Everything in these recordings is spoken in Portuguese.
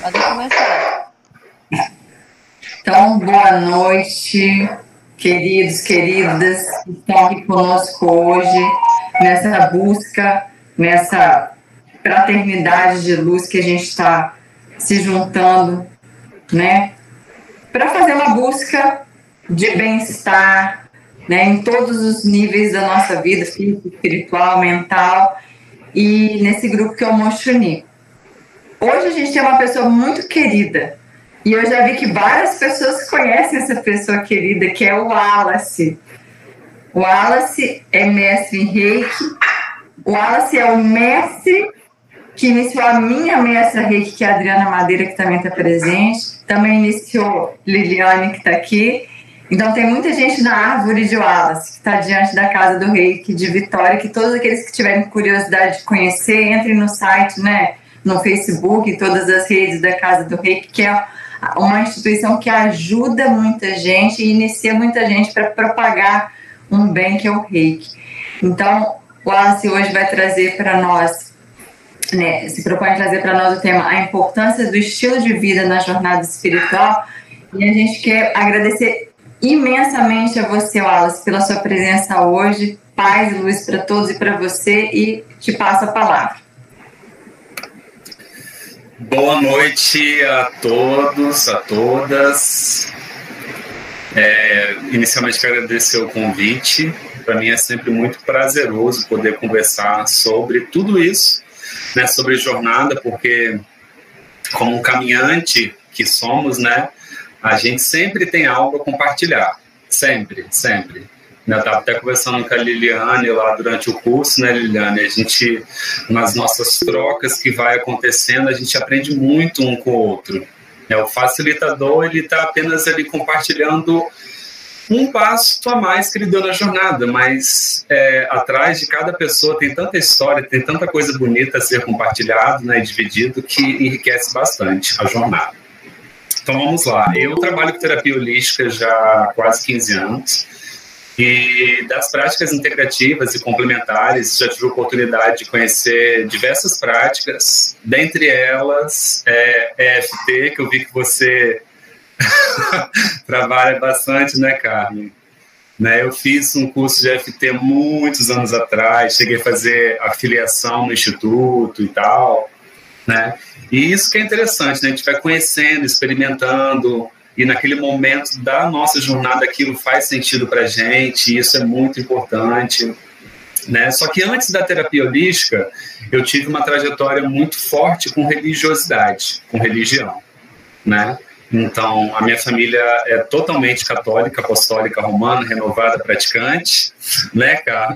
Pode começar. Então, boa noite, queridos, queridas, que estão aqui conosco hoje, nessa busca, nessa fraternidade de luz que a gente está se juntando, né? Para fazer uma busca de bem-estar, né? Em todos os níveis da nossa vida, física, espiritual, mental, e nesse grupo que é o Monstro Unico. Hoje a gente tem uma pessoa muito querida, e eu já vi que várias pessoas conhecem essa pessoa querida, que é o Wallace. O Wallace é mestre em Reiki. O Wallace é o mestre que iniciou a minha mestra Reiki, que é a Adriana Madeira, que também está presente. Também iniciou Liliane, que está aqui. Então tem muita gente na árvore de Wallace, que está diante da Casa do Reiki de Vitória, que todos aqueles que tiverem curiosidade de conhecer, entrem no site, né, no Facebook, em todas as redes da Casa do Reiki, que é uma instituição que ajuda muita gente e inicia muita gente para propagar um bem que é o Reiki. Então, o Wallace hoje vai trazer para nós, né, se propõe a trazer para nós o tema a importância do estilo de vida na jornada espiritual, e a gente quer agradecer imensamente a você, Wallace, pela sua presença hoje. Paz e luz para todos e para você, e te passo a palavra. Boa noite a todos, a todas. Inicialmente quero agradecer o convite. Para mim é sempre muito prazeroso poder conversar sobre tudo isso, né, sobre jornada, porque como um caminhante que somos, né, a gente sempre tem algo a compartilhar, sempre, sempre. Eu estava até conversando com a Liliane lá durante o curso, né, Liliane? A gente, nas nossas trocas que vai acontecendo, a gente aprende muito um com o outro. O facilitador, ele está apenas ali compartilhando um passo a mais que ele deu na jornada, mas atrás de cada pessoa tem tanta história, tem tanta coisa bonita a ser compartilhado, né, dividido, que enriquece bastante a jornada. Então vamos lá. Eu trabalho com terapia holística já há quase 15 anos. E das práticas integrativas e complementares, já tive a oportunidade de conhecer diversas práticas, dentre elas EFT, que eu vi que você trabalha bastante, né, Carmen? Eu fiz um curso de EFT muitos anos atrás, cheguei a fazer afiliação no instituto e tal, né? E isso que é interessante, né? A gente vai conhecendo, experimentando, e naquele momento da nossa jornada aquilo faz sentido para a gente, e isso é muito importante, né? Só que antes da terapia holística, eu tive uma trajetória muito forte com religiosidade, com religião, né? Então, a minha família é totalmente católica, apostólica, romana, renovada, praticante, né, cara?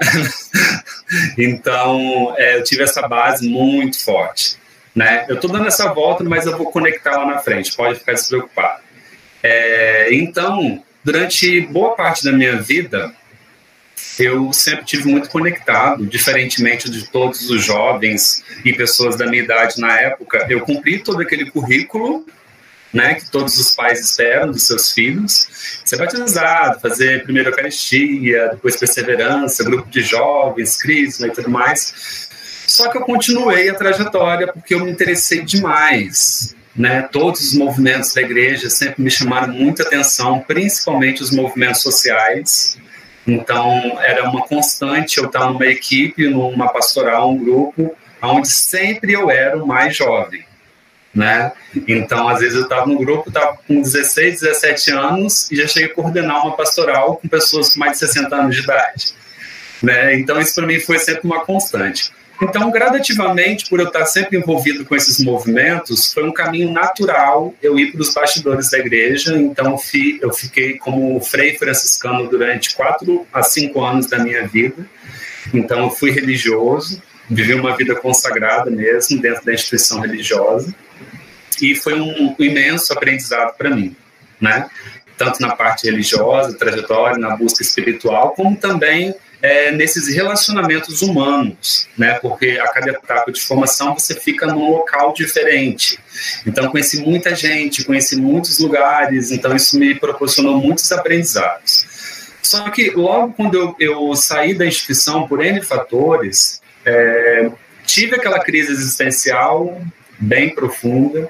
Então, eu tive essa base muito forte, né? Eu estou dando essa volta, mas eu vou conectar lá na frente, pode ficar despreocupado. Então, durante boa parte da minha vida, eu sempre tive muito conectado, diferentemente de todos os jovens e pessoas da minha idade na época. Eu cumpri todo aquele currículo, né, que todos os pais esperam dos seus filhos: ser batizado, fazer primeiro Eucaristia, depois perseverança, grupo de jovens, crisma e tudo mais. Só que eu continuei a trajetória porque eu me interessei demais, né? Todos os movimentos da igreja sempre me chamaram muita atenção, principalmente os movimentos sociais. Então, era uma constante eu estar numa equipe, numa pastoral, um grupo, onde sempre eu era o mais jovem, né? Então, às vezes eu estava no grupo, estava com 16, 17 anos e já cheguei a coordenar uma pastoral com pessoas com mais de 60 anos de idade, né? Então, isso para mim foi sempre uma constante. Então, gradativamente, por eu estar sempre envolvido com esses movimentos, foi um caminho natural eu ir para os bastidores da igreja. Então, eu fiquei como frei franciscano durante 4 a 5 anos da minha vida. Então, eu fui religioso, vivi uma vida consagrada mesmo, dentro da instituição religiosa. E foi um imenso aprendizado para mim, né? Tanto na parte religiosa, trajetória, na busca espiritual, como também nesses relacionamentos humanos, né? Porque a cada etapa de formação você fica num local diferente. Então, conheci muita gente, conheci muitos lugares, então isso me proporcionou muitos aprendizados. Só que logo quando eu saí da instituição, por N fatores, tive aquela crise existencial bem profunda,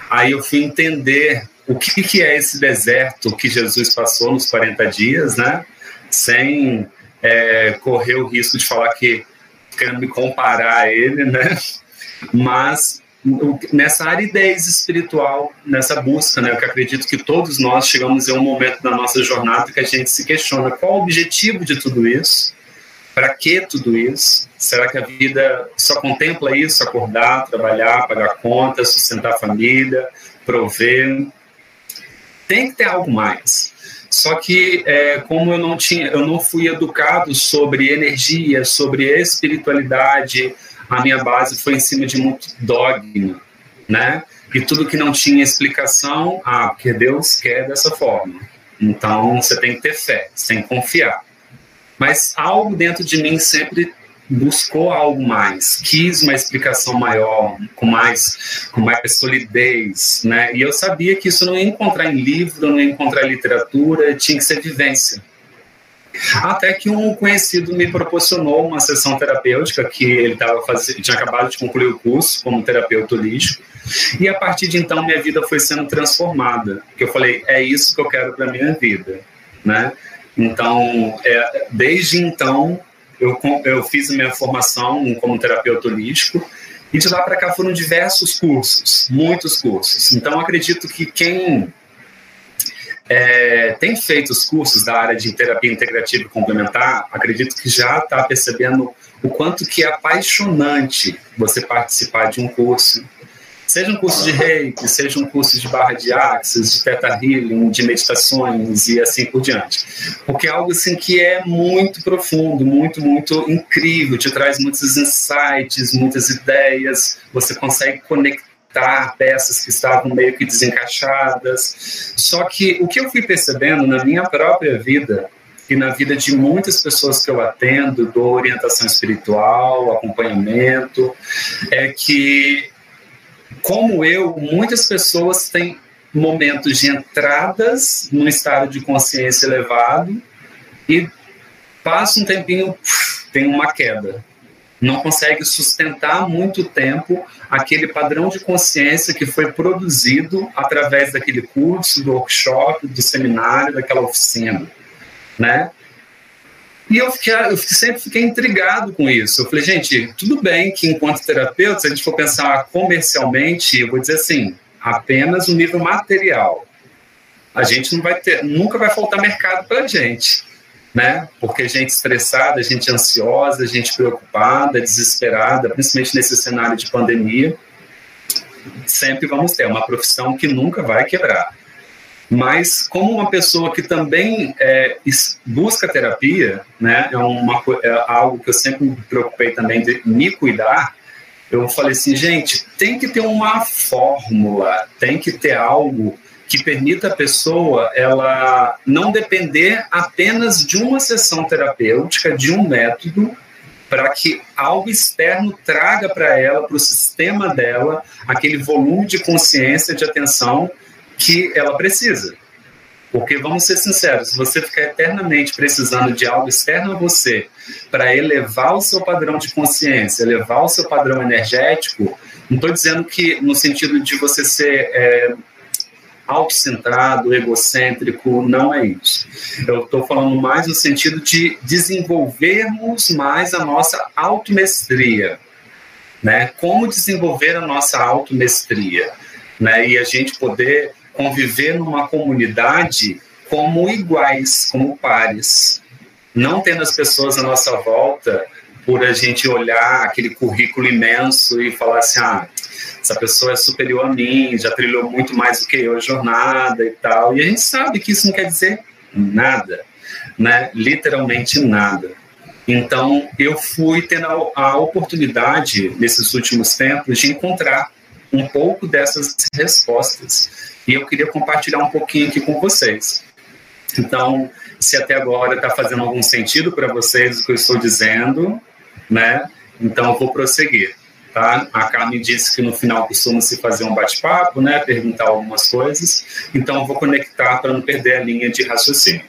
Aí eu fui entender o que é esse deserto que Jesus passou nos 40 dias, né? Sem correr o risco de falar que querendo me comparar a ele, né? Mas nessa aridez espiritual, nessa busca, né? Eu acredito que todos nós chegamos em um momento da nossa jornada que a gente se questiona qual o objetivo de tudo isso, para que tudo isso? Será que a vida só contempla isso, acordar, trabalhar, pagar contas, sustentar a família, prover? Tem que ter algo mais. Só que como eu não fui educado sobre energia, sobre espiritualidade, a minha base foi em cima de muito dogma, né? E tudo que não tinha explicação, porque Deus quer dessa forma. Então você tem que ter fé, você tem que confiar. Mas algo dentro de mim sempre buscou algo mais, quis uma explicação maior, com mais solidez, né? E eu sabia que isso não ia encontrar em livro, não ia encontrar em literatura, tinha que ser vivência. Até que um conhecido me proporcionou uma sessão terapêutica que ele tinha acabado de concluir o curso como terapeuta holístico, e a partir de então minha vida foi sendo transformada, porque eu falei, é isso que eu quero para minha vida, né? Então, desde então, eu fiz a minha formação como terapeuta holístico, e de lá para cá foram diversos cursos, muitos cursos. Então, acredito que quem tem feito os cursos da área de terapia integrativa e complementar, acredito que já está percebendo o quanto que é apaixonante você participar de um curso, seja um curso de Reiki, seja um curso de barra de axis, de Theta Healing, de meditações e assim por diante. Porque é algo assim que é muito profundo, muito, muito incrível, te traz muitos insights, muitas ideias, você consegue conectar peças que estavam meio que desencaixadas. Só que o que eu fui percebendo na minha própria vida e na vida de muitas pessoas que eu atendo, dou orientação espiritual, acompanhamento, é que como muitas pessoas têm momentos de entradas num estado de consciência elevado e passa um tempinho, tem uma queda. Não consegue sustentar muito tempo aquele padrão de consciência que foi produzido através daquele curso, do workshop, do seminário, daquela oficina, né? E eu sempre fiquei intrigado com isso. Eu falei, gente, tudo bem que enquanto terapeuta, se a gente for pensar comercialmente, eu vou dizer assim, apenas o nível material. A gente nunca vai faltar mercado para a gente, né? Porque gente estressada, gente ansiosa, gente preocupada, desesperada, principalmente nesse cenário de pandemia, sempre vamos ter uma profissão que nunca vai quebrar. Mas como uma pessoa que também busca terapia, né, é algo que eu sempre me preocupei também de me cuidar, eu falei assim, gente, tem que ter uma fórmula, tem que ter algo que permita a pessoa ela não depender apenas de uma sessão terapêutica, de um método, para que algo externo traga para ela, para o sistema dela, aquele volume de consciência, de atenção que ela precisa. Porque, vamos ser sinceros, se você ficar eternamente precisando de algo externo a você para elevar o seu padrão de consciência, elevar o seu padrão energético, não estou dizendo que no sentido de você ser autocentrado, egocêntrico, não é isso. Eu estou falando mais no sentido de desenvolvermos mais a nossa automestria, né? Como desenvolver a nossa automestria, né? E a gente poder conviver numa comunidade como iguais, como pares, não tendo as pessoas à nossa volta por a gente olhar aquele currículo imenso e falar assim, essa pessoa é superior a mim, já trilhou muito mais do que eu a jornada e tal, e a gente sabe que isso não quer dizer nada, né? Literalmente nada. Então eu fui tendo a oportunidade nesses últimos tempos de encontrar um pouco dessas respostas. E eu queria compartilhar um pouquinho aqui com vocês. Então, se até agora está fazendo algum sentido para vocês o que eu estou dizendo, né? Então, eu vou prosseguir, tá? A Carmen disse que no final costuma-se fazer um bate-papo, né? Perguntar algumas coisas. Então, eu vou conectar para não perder a linha de raciocínio.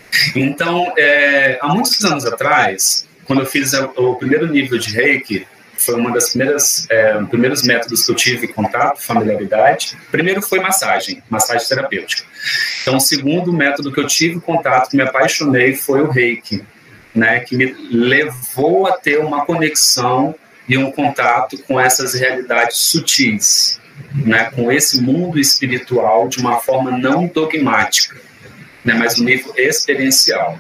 Então, há muitos anos atrás, quando eu fiz o primeiro nível de Reiki, foi uma das primeiros métodos que eu tive contato, familiaridade. Primeiro foi massagem terapêutica. Então, o segundo método que eu tive contato, que me apaixonei, foi o Reiki, né, que me levou a ter uma conexão e um contato com essas realidades sutis, né, com esse mundo espiritual de uma forma não dogmática, né, mas um nível experiencial.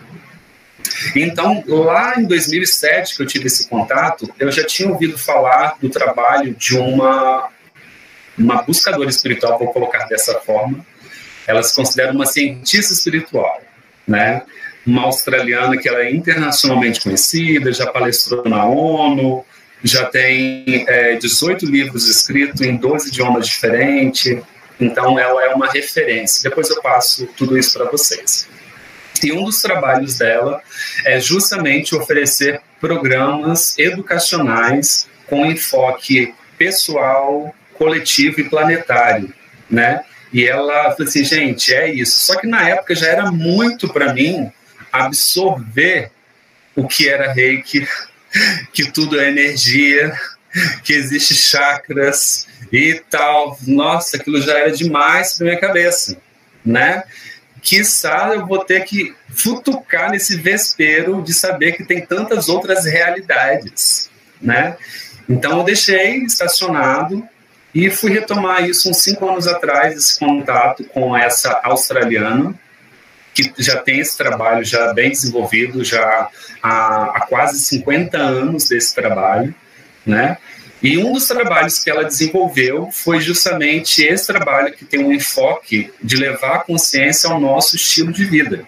Então, lá em 2007, que eu tive esse contato, eu já tinha ouvido falar do trabalho de uma buscadora espiritual, vou colocar dessa forma. Ela se considera uma cientista espiritual, né? Uma australiana que ela é internacionalmente conhecida, já palestrou na ONU, já tem 18 livros escritos em 12 idiomas diferentes, então ela é uma referência. Depois eu passo tudo isso para vocês. E um dos trabalhos dela é justamente oferecer programas educacionais com enfoque pessoal, coletivo e planetário, né? E ela falou assim, gente, é isso. Só que na época já era muito para mim absorver o que era Reiki, que tudo é energia, que existe chakras e tal. Nossa, aquilo já era demais para minha cabeça, né? Quiçá eu vou ter que futucar nesse vespeiro de saber que tem tantas outras realidades, né? Então eu deixei estacionado e fui retomar isso uns 5 anos atrás, esse contato com essa australiana, que já tem esse trabalho já bem desenvolvido, já há quase 50 anos desse trabalho, né? E um dos trabalhos que ela desenvolveu foi justamente esse trabalho que tem um enfoque de levar a consciência ao nosso estilo de vida,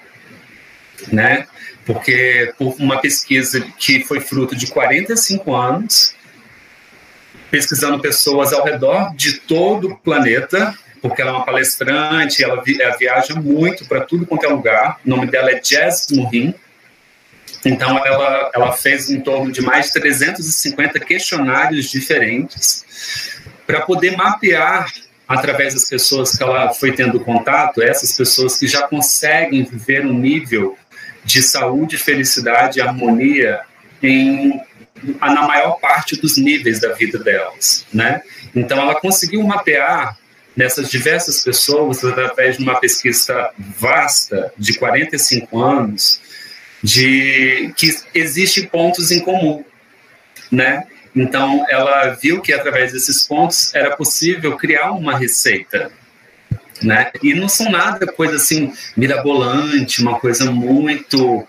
né? Porque por uma pesquisa que foi fruto de 45 anos, pesquisando pessoas ao redor de todo o planeta, porque ela é uma palestrante, ela viaja muito para tudo quanto é lugar. O nome dela é Jazz Morin. Então, ela fez em torno de mais de 350 questionários diferentes para poder mapear, através das pessoas que ela foi tendo contato, essas pessoas que já conseguem viver um nível de saúde, felicidade e harmonia na maior parte dos níveis da vida delas, né? Então, ela conseguiu mapear nessas diversas pessoas, através de uma pesquisa vasta de 45 anos, de que existem pontos em comum, né? Então, ela viu que através desses pontos era possível criar uma receita, né? E não são nada coisa assim mirabolante, uma coisa muito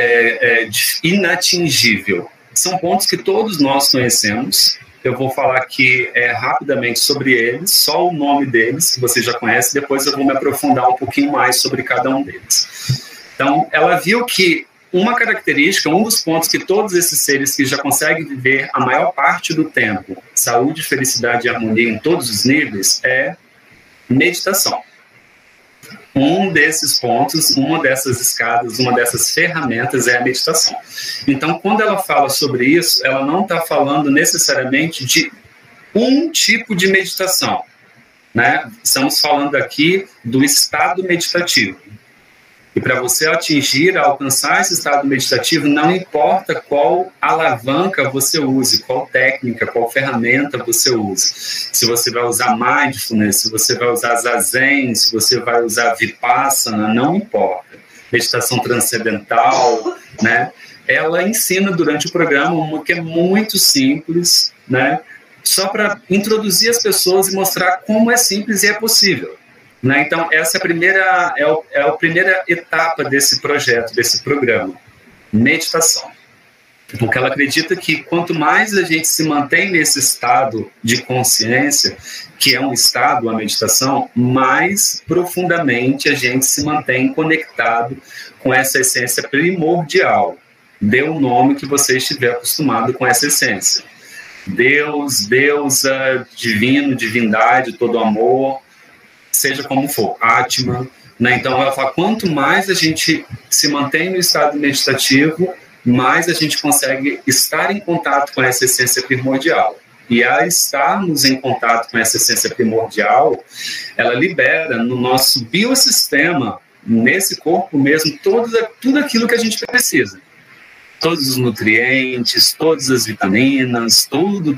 inatingível. São pontos que todos nós conhecemos. Eu vou falar aqui rapidamente sobre eles, só o nome deles, que você já conhece, depois eu vou me aprofundar um pouquinho mais sobre cada um deles. Então, ela viu que uma característica, um dos pontos que todos esses seres que já conseguem viver a maior parte do tempo, saúde, felicidade e harmonia em todos os níveis, é meditação. Um desses pontos, uma dessas escadas, uma dessas ferramentas é a meditação. Então, quando ela fala sobre isso, ela não está falando necessariamente de um tipo de meditação, né? Estamos falando aqui do estado meditativo. E para você atingir, alcançar esse estado meditativo, não importa qual alavanca você use, qual técnica, qual ferramenta você use. Se você vai usar mindfulness, se você vai usar zazen, se você vai usar vipassana, não importa. Meditação transcendental, né? Ela ensina durante o programa uma que é muito simples, né? Só para introduzir as pessoas e mostrar como é simples e é possível. Né? Então, essa é a primeira etapa desse projeto, desse programa, meditação. Porque ela acredita que quanto mais a gente se mantém nesse estado de consciência, que é um estado, a meditação, mais profundamente a gente se mantém conectado com essa essência primordial. Dê o nome que você estiver acostumado com essa essência. Deus, deusa, divino, divindade, todo amor, seja como for, Atman, né? Então ela fala, quanto mais a gente se mantém no estado meditativo, mais a gente consegue estar em contato com essa essência primordial. E a estarmos em contato com essa essência primordial, ela libera no nosso biossistema, nesse corpo mesmo, tudo aquilo que a gente precisa. todos os nutrientes, todas as vitaminas, tudo,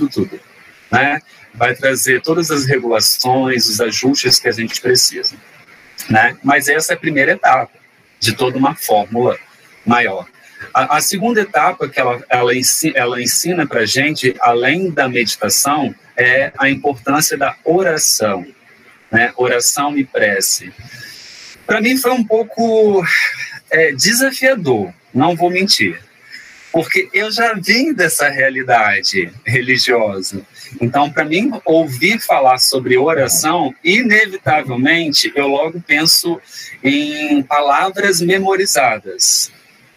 né? Vai trazer todas as regulações, os ajustes que a gente precisa, né? Mas essa é a primeira etapa de toda uma fórmula maior. A segunda etapa que ela ensina para a gente, além da meditação, é a importância da oração, né? Oração e prece. Para mim foi um pouco desafiador, não vou mentir, porque eu já vim dessa realidade religiosa. Então, para mim, ouvir falar sobre oração, inevitavelmente, eu logo penso em palavras memorizadas.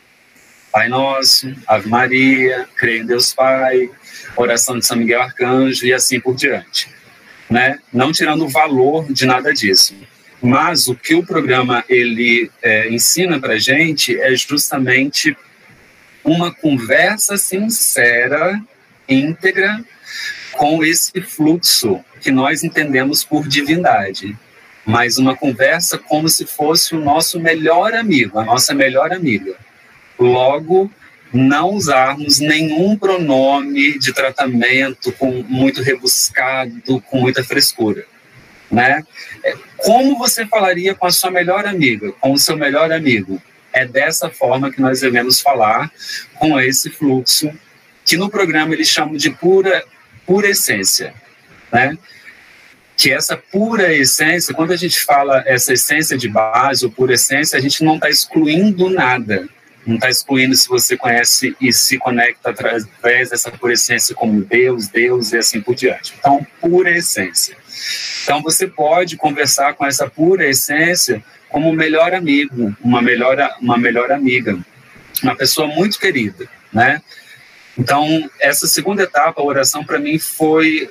Pai Nosso, Ave Maria, Creio em Deus Pai, oração de São Miguel Arcanjo e assim por diante, né? Não tirando o valor de nada disso. Mas o que o programa ele ensina para a gente é justamente uma conversa sincera, íntegra, com esse fluxo que nós entendemos por divindade. Mas uma conversa como se fosse o nosso melhor amigo, a nossa melhor amiga. Logo, não usarmos nenhum pronome de tratamento muito rebuscado, com muita frescura, né? Como você falaria com a sua melhor amiga, com o seu melhor amigo? É dessa forma que nós devemos falar, com esse fluxo, que no programa eles chamam de pura essência, né? Que essa pura essência, quando a gente fala essa essência de base, ou pura essência, a gente não está excluindo nada. Não está excluindo se você conhece e se conecta através dessa pura essência como Deus e assim por diante. Então, pura essência. Então, você pode conversar com essa pura essência como um melhor amigo, uma melhor amiga, uma pessoa muito querida, né? Então, essa segunda etapa, a oração, para mim, foi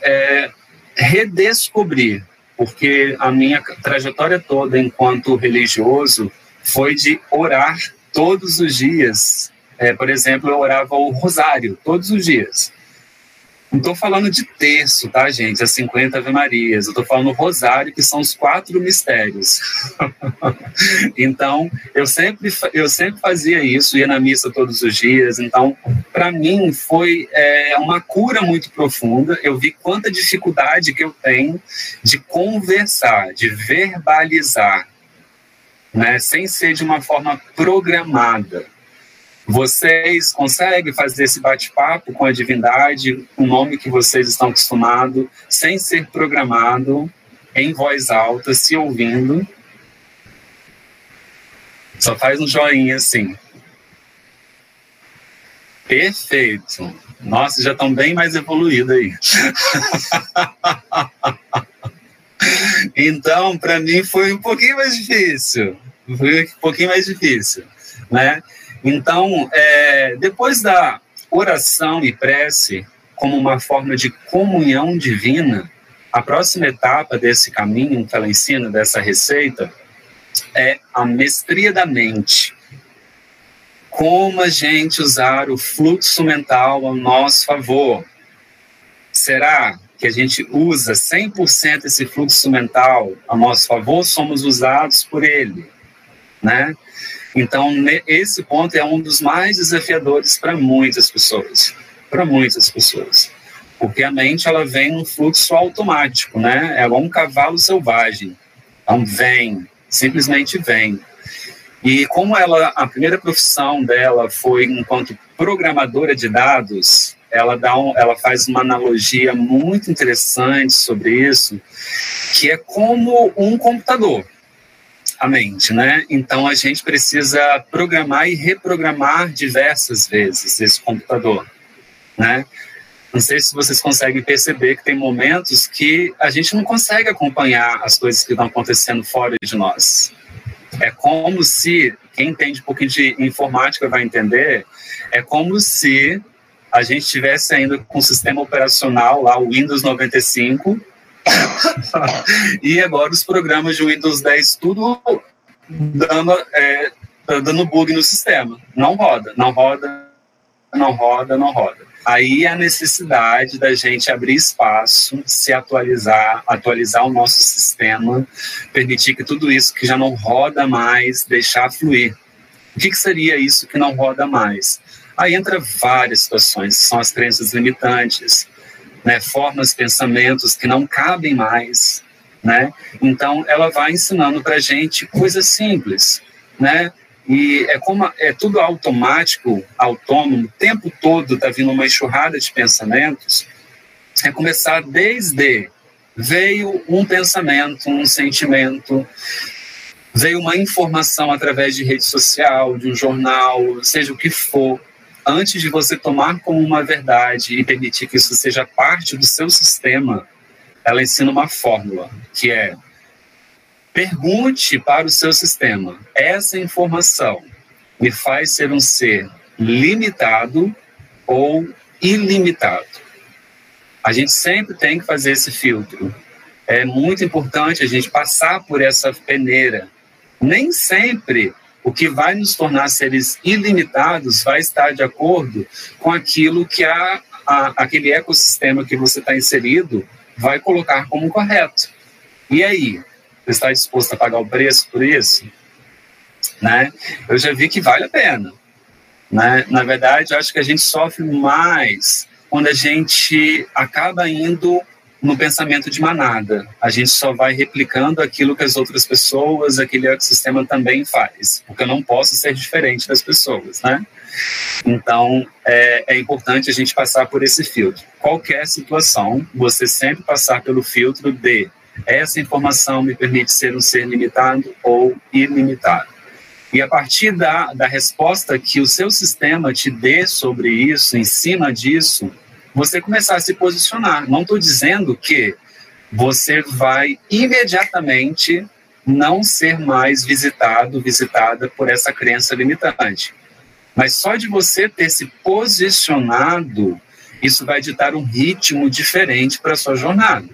redescobrir, porque a minha trajetória toda enquanto religioso foi de orar todos os dias. Por exemplo, eu orava o rosário todos os dias. Não estou falando de terço, tá, gente? As 50 Ave Marias. Eu estou falando rosário, que são os 4 mistérios. Então, eu sempre fazia isso, ia na missa todos os dias. Então, para mim, foi uma cura muito profunda. Eu vi quanta dificuldade que eu tenho de conversar, de verbalizar, né, sem ser de uma forma programada. Vocês conseguem fazer esse bate-papo com a divindade, o nome que vocês estão acostumados, sem ser programado, em voz alta, se ouvindo? Só faz um joinha assim. Perfeito. Nossa, já estão bem mais evoluídos aí. Então, para mim, foi um pouquinho mais difícil. Né? Então, depois da oração e prece, como uma forma de comunhão divina, a próxima etapa desse caminho que ela ensina, dessa receita, é a mestria da mente. Como a gente usar o fluxo mental ao nosso favor. Será que a gente usa 100% esse fluxo mental a nosso favor? Somos usados por ele, né? Então, esse ponto é um dos mais desafiadores para muitas pessoas. Porque a mente, ela vem num fluxo automático, né? É igual um cavalo selvagem. Então, simplesmente vem. E como a primeira profissão dela foi enquanto programadora de dados, ela faz uma analogia muito interessante sobre isso, que é como um computador. A mente, né? Então a gente precisa programar e reprogramar diversas vezes esse computador, né? Não sei se vocês conseguem perceber que tem momentos que a gente não consegue acompanhar as coisas que estão acontecendo fora de nós. É como se, quem entende um pouquinho de informática vai entender, é como se a gente estivesse ainda com o sistema operacional lá, o Windows 95, e agora os programas de Windows 10 tudo dando bug no sistema. Não roda. Aí a necessidade da gente abrir espaço, se atualizar o nosso sistema, permitir que tudo isso que já não roda mais, deixar fluir. O que seria isso que não roda mais? Aí entra várias situações, são as crenças limitantes, né, formas, pensamentos que não cabem mais, né? Então, ela vai ensinando para a gente coisas simples, né? E é tudo automático, autônomo, o tempo todo está vindo uma enxurrada de pensamentos. É começar desde veio um pensamento, um sentimento, veio uma informação através de rede social, de um jornal, seja o que for. Antes de você tomar como uma verdade e permitir que isso seja parte do seu sistema, ela ensina uma fórmula, que é: pergunte para o seu sistema, essa informação me faz ser um ser limitado ou ilimitado? A gente sempre tem que fazer esse filtro. É muito importante a gente passar por essa peneira. Nem sempre o que vai nos tornar seres ilimitados vai estar de acordo com aquilo que aquele ecossistema que você está inserido vai colocar como correto. E aí? Você está disposto a pagar o preço por isso? Né? Eu já vi que vale a pena. Né? Na verdade, eu acho que a gente sofre mais quando a gente acaba indo no pensamento de manada. A gente só vai replicando aquilo que as outras pessoas, aquele ecossistema também faz, porque eu não posso ser diferente das pessoas, né? Então, é importante a gente passar por esse filtro. Qualquer situação, você sempre passar pelo filtro de: essa informação me permite ser um ser limitado ou ilimitado. E a partir da resposta que o seu sistema te dê sobre isso, em cima disso, você começar a se posicionar. Não estou dizendo que você vai imediatamente não ser mais visitada por essa crença limitante. Mas só de você ter se posicionado, isso vai ditar um ritmo diferente para a sua jornada.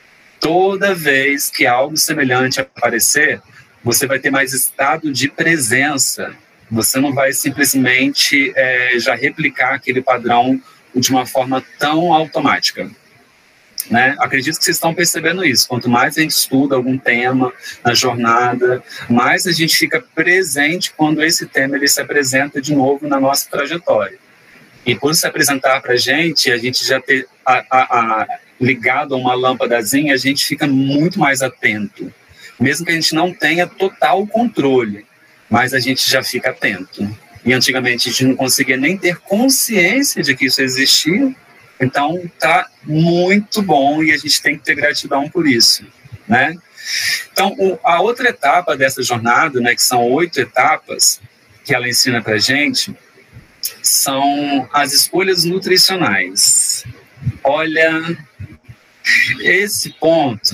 Toda vez que algo semelhante aparecer, você vai ter mais estado de presença. Você não vai simplesmente já replicar aquele padrão de uma forma tão automática. Né? Acredito que vocês estão percebendo isso. Quanto mais a gente estuda algum tema na jornada, mais a gente fica presente quando esse tema ele se apresenta de novo na nossa trajetória. E por se apresentar para a gente já ter ligado a uma lâmpadazinha, a gente fica muito mais atento. Mesmo que a gente não tenha total controle, mas a gente já fica atento. E antigamente a gente não conseguia nem ter consciência de que isso existia. Então tá muito bom e a gente tem que ter gratidão por isso, né? Então a outra etapa dessa jornada, né, que são 8 etapas que ela ensina pra gente, são as escolhas nutricionais. Olha, esse ponto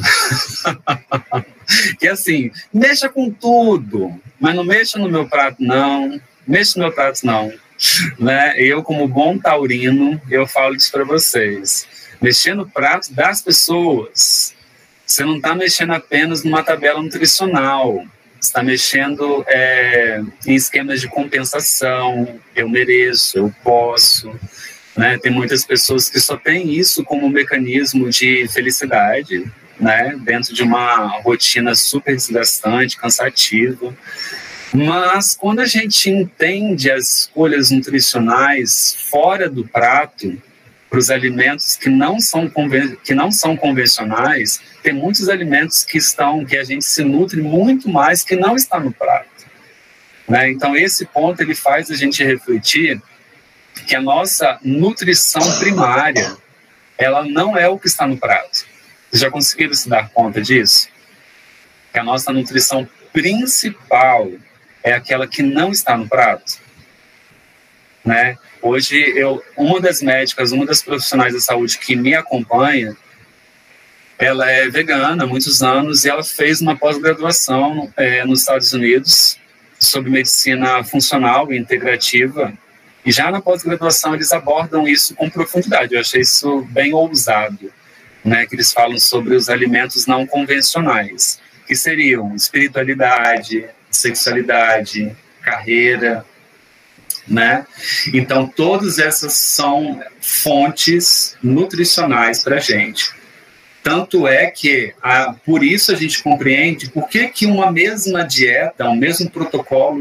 que assim, mexa com tudo, mas não mexa no meu prato não, mexa no meu prato não, né? Eu, como bom taurino, eu falo isso para vocês: mexer no prato das pessoas, você não está mexendo apenas numa tabela nutricional, você está mexendo em esquemas de compensação. Eu mereço, eu posso, né? Tem muitas pessoas que só têm isso como mecanismo de felicidade, né? Dentro de uma rotina super desgastante, cansativa. Mas quando a gente entende as escolhas nutricionais fora do prato, para os alimentos que não são convencionais, tem muitos alimentos que a gente se nutre muito mais que não está no prato, né? Então esse ponto ele faz a gente refletir que a nossa nutrição primária, ela não é o que está no prato. Vocês já conseguiram se dar conta disso? Que a nossa nutrição principal é aquela que não está no prato, né? Hoje, uma das médicas, uma das profissionais da saúde que me acompanha, ela é vegana há muitos anos e ela fez uma pós-graduação nos Estados Unidos sobre medicina funcional e integrativa. E já na pós-graduação eles abordam isso com profundidade. Eu achei isso bem ousado, né? Que eles falam sobre os alimentos não convencionais, que seriam espiritualidade, sexualidade, carreira, né? Então, todas essas são fontes nutricionais para a gente. Tanto é que, por isso a gente compreende por que uma mesma dieta, um mesmo protocolo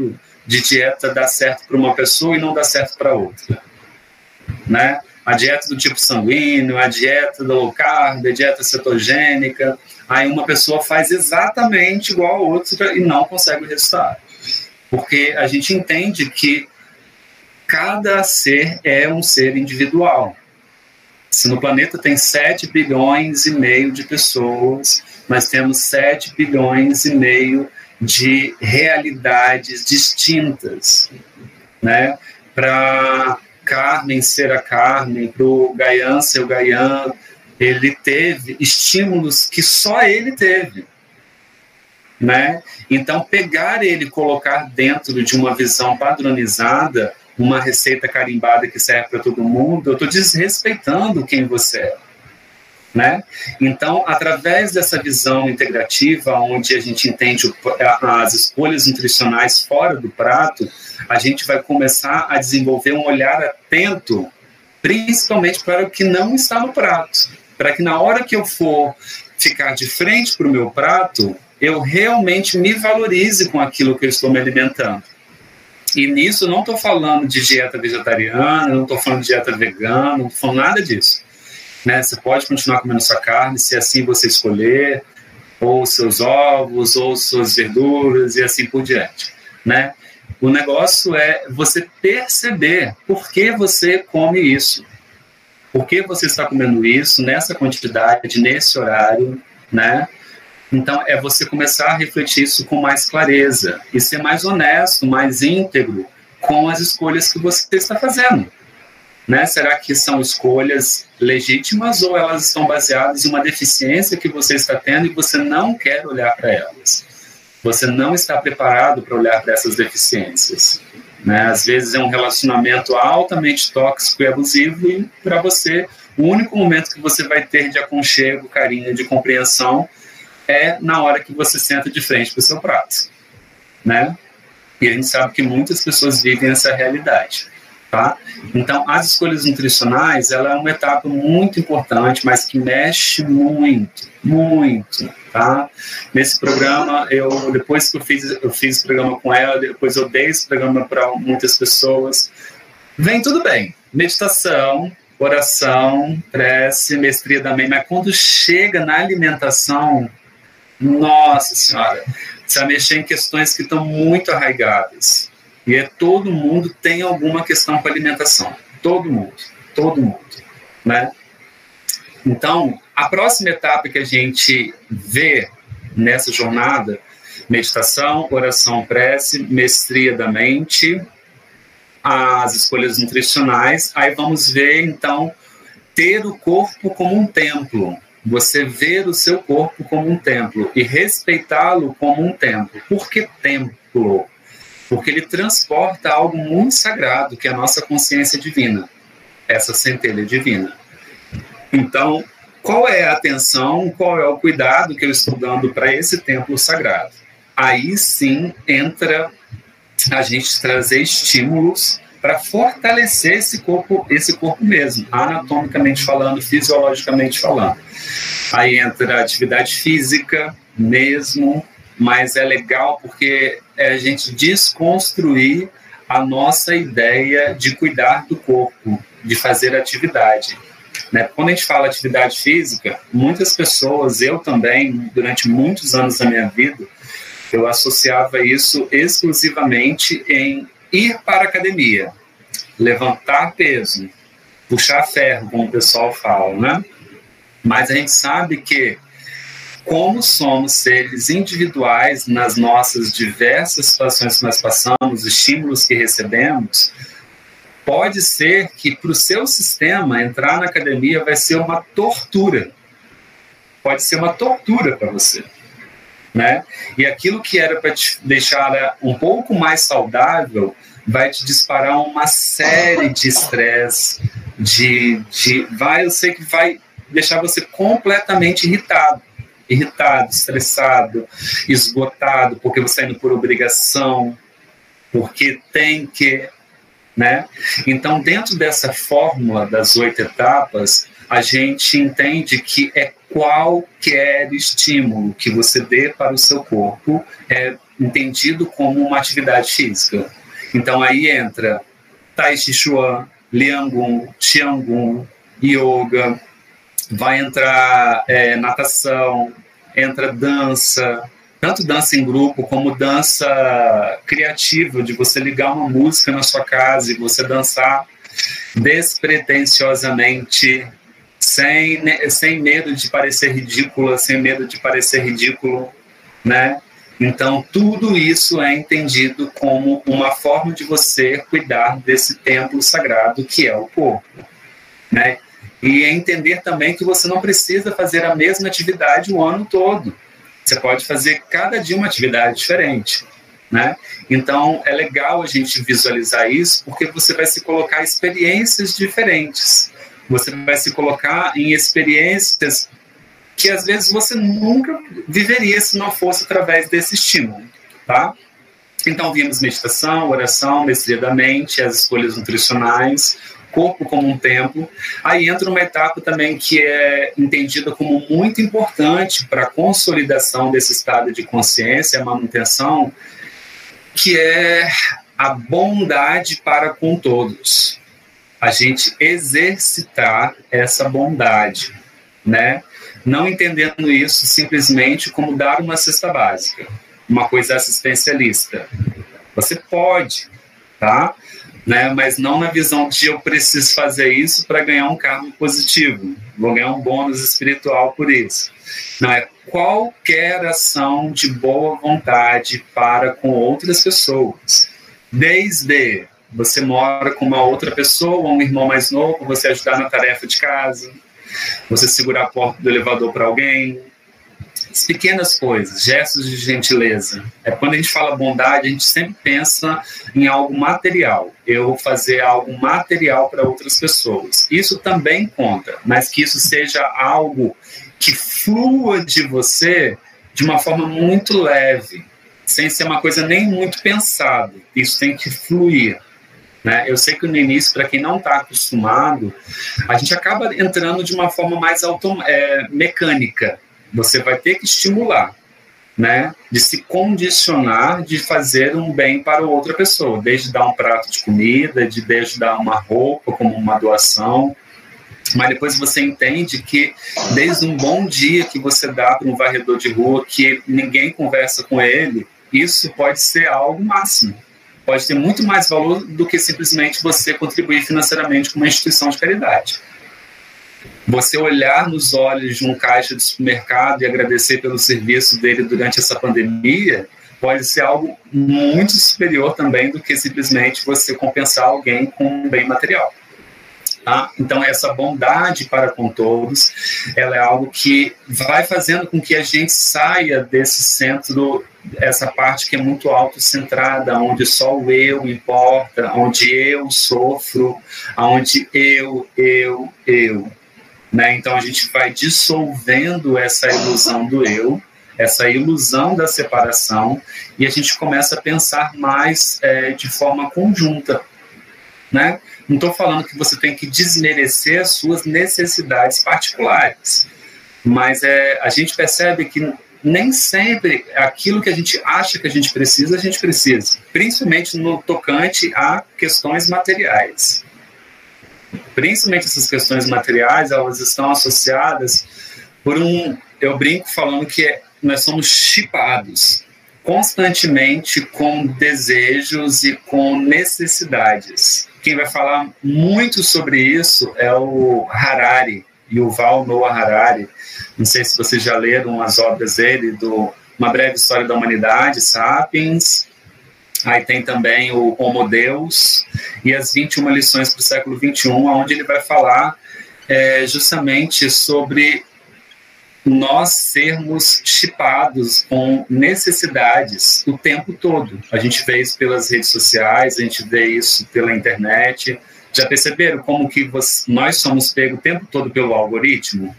de dieta dá certo para uma pessoa e não dá certo para outra, né? A dieta do tipo sanguíneo, a dieta do low carb, a dieta cetogênica. Aí uma pessoa faz exatamente igual a outra e não consegue o resultado. Porque a gente entende que cada ser é um ser individual. Se no planeta tem 7,5 bilhões de pessoas, nós temos 7,5 bilhões de realidades distintas, né? Para Carmen ser a Carmen, para o Gaian ser o Gaian, ele teve estímulos que só ele teve, né? Então, pegar ele e colocar dentro de uma visão padronizada, uma receita carimbada que serve para todo mundo, eu estou desrespeitando quem você é, né? Então, através dessa visão integrativa, onde a gente entende as escolhas nutricionais fora do prato, a gente vai começar a desenvolver um olhar atento, principalmente para o que não está no prato, para que na hora que eu for ficar de frente para o meu prato, eu realmente me valorize com aquilo que eu estou me alimentando. E nisso não estou falando de dieta vegetariana, não estou falando de dieta vegana, não estou falando nada disso, né? Você pode continuar comendo sua carne, se assim você escolher, ou seus ovos, ou suas verduras, e assim por diante, né? O negócio é você perceber por que você come isso. Por que você está comendo isso, nessa quantidade, nesse horário, né? Então, é você começar a refletir isso com mais clareza e ser mais honesto, mais íntegro com as escolhas que você está fazendo, né? Será que são escolhas legítimas ou elas estão baseadas em uma deficiência que você está tendo e você não quer olhar para elas? Você não está preparado para olhar para essas deficiências, né? Às vezes é um relacionamento altamente tóxico e abusivo e, para você, o único momento que você vai ter de aconchego, carinho, de compreensão é na hora que você senta de frente para o seu prato, né? E a gente sabe que muitas pessoas vivem essa realidade, tá? Então, as escolhas nutricionais, ela é uma etapa muito importante, mas que mexe muito, muito, tá? Nesse programa, depois que eu fiz o programa com ela, depois eu dei esse programa para muitas pessoas, vem tudo bem, meditação, oração, prece, mestria da mente, mas quando chega na alimentação, nossa senhora, você vai mexer em questões que estão muito arraigadas. E todo mundo tem alguma questão com a alimentação. Todo mundo, né? Então, a próxima etapa que a gente vê nessa jornada, meditação, oração, prece, mestria da mente, as escolhas nutricionais, aí vamos ver, então, ter o corpo como um templo. Você ver o seu corpo como um templo e respeitá-lo como um templo. Por que templo? Porque ele transporta algo muito sagrado, que é a nossa consciência divina, essa centelha divina. Então, qual é a atenção, qual é o cuidado que eu estou dando para esse templo sagrado? Aí sim entra a gente trazer estímulos para fortalecer esse corpo mesmo, anatomicamente falando, fisiologicamente falando. Aí entra a atividade física mesmo, mas é legal porque é a gente desconstruir a nossa ideia de cuidar do corpo, de fazer atividade, né? Quando a gente fala atividade física, muitas pessoas, eu também, durante muitos anos da minha vida, eu associava isso exclusivamente em ir para a academia, levantar peso, puxar ferro, como o pessoal fala, né? Mas a gente sabe que, como somos seres individuais nas nossas diversas situações que nós passamos, estímulos que recebemos, pode ser que para o seu sistema entrar na academia vai ser uma tortura. Pode ser uma tortura para você, né? E aquilo que era para te deixar um pouco mais saudável vai te disparar uma série de estresse, eu sei que vai deixar você completamente irritado, estressado, esgotado, porque você está indo por obrigação, porque tem que, né? Então, dentro dessa fórmula das 8 etapas, a gente entende que qualquer estímulo que você dê para o seu corpo é entendido como uma atividade física. Então aí entra Tai Chi Chuan, Liangun, Qiangun, Yoga, vai entrar natação, entra dança, tanto dança em grupo como dança criativa, de você ligar uma música na sua casa e você dançar despretensiosamente, sem medo de parecer ridícula, sem medo de parecer ridículo, né? Então, tudo isso é entendido como uma forma de você cuidar desse templo sagrado que é o corpo, né? E entender também que você não precisa fazer a mesma atividade o ano todo. Você pode fazer cada dia uma atividade diferente, né? Então, é legal a gente visualizar isso, porque você vai se colocar em experiências diferentes. Você vai se colocar em experiências que às vezes você nunca viveria se não fosse através desse estímulo, tá? Então, vimos meditação, oração, mestria da mente, as escolhas nutricionais, corpo como um templo. Aí entra uma etapa também que é entendida como muito importante para a consolidação desse estado de consciência, a manutenção, que é a bondade para com todos. A gente exercitar essa bondade, né? Não entendendo isso simplesmente como dar uma cesta básica, uma coisa assistencialista. Você pode, tá? Né? Mas não na visão de eu preciso fazer isso para ganhar um karma positivo, vou ganhar um bônus espiritual por isso. Não, é qualquer ação de boa vontade para com outras pessoas. Desde você mora com uma outra pessoa, um irmão mais novo, você ajudar na tarefa de casa, você segurar a porta do elevador para alguém, as pequenas coisas, gestos de gentileza. Quando a gente fala bondade, a gente sempre pensa em algo material. Eu fazer algo material para outras pessoas. Isso também conta, mas que isso seja algo que flua de você de uma forma muito leve, sem ser uma coisa nem muito pensada. Isso tem que fluir. Né? Eu sei que no início, para quem não está acostumado, a gente acaba entrando de uma forma mais mecânica. Você vai ter que estimular, né? De se condicionar de fazer um bem para outra pessoa, desde dar um prato de comida, desde dar uma roupa como uma doação. Mas depois você entende que desde um bom dia que você dá para um varredor de rua, que ninguém conversa com ele, isso pode ser algo máximo. Pode ter muito mais valor do que simplesmente você contribuir financeiramente com uma instituição de caridade. Você olhar nos olhos de um caixa de supermercado e agradecer pelo serviço dele durante essa pandemia pode ser algo muito superior também do que simplesmente você compensar alguém com um bem material. Tá? Então, essa bondade para com todos, ela é algo que vai fazendo com que a gente saia desse centro, essa parte que é muito autocentrada, onde só o eu importa, onde eu sofro, onde eu. Né? Então, a gente vai dissolvendo essa ilusão do eu, essa ilusão da separação, e a gente começa a pensar mais de forma conjunta. Né? Não estou falando que você tem que desmerecer as suas necessidades particulares, mas a gente percebe que nem sempre aquilo que a gente acha que a gente precisa, principalmente no tocante a questões materiais. Principalmente essas questões materiais, elas estão associadas eu brinco falando que nós somos chipados constantemente com desejos e com necessidades. Quem vai falar muito sobre isso é o Harari, Yuval Noah Harari. Não sei se vocês já leram as obras dele, Uma Breve História da Humanidade, Sapiens. Aí tem também o Homo Deus e as 21 lições para o século XXI, onde ele vai falar justamente sobre nós sermos chipados com necessidades o tempo todo. A gente vê isso pelas redes sociais, a gente vê isso pela internet. Já perceberam como que nós somos pegos o tempo todo pelo algoritmo?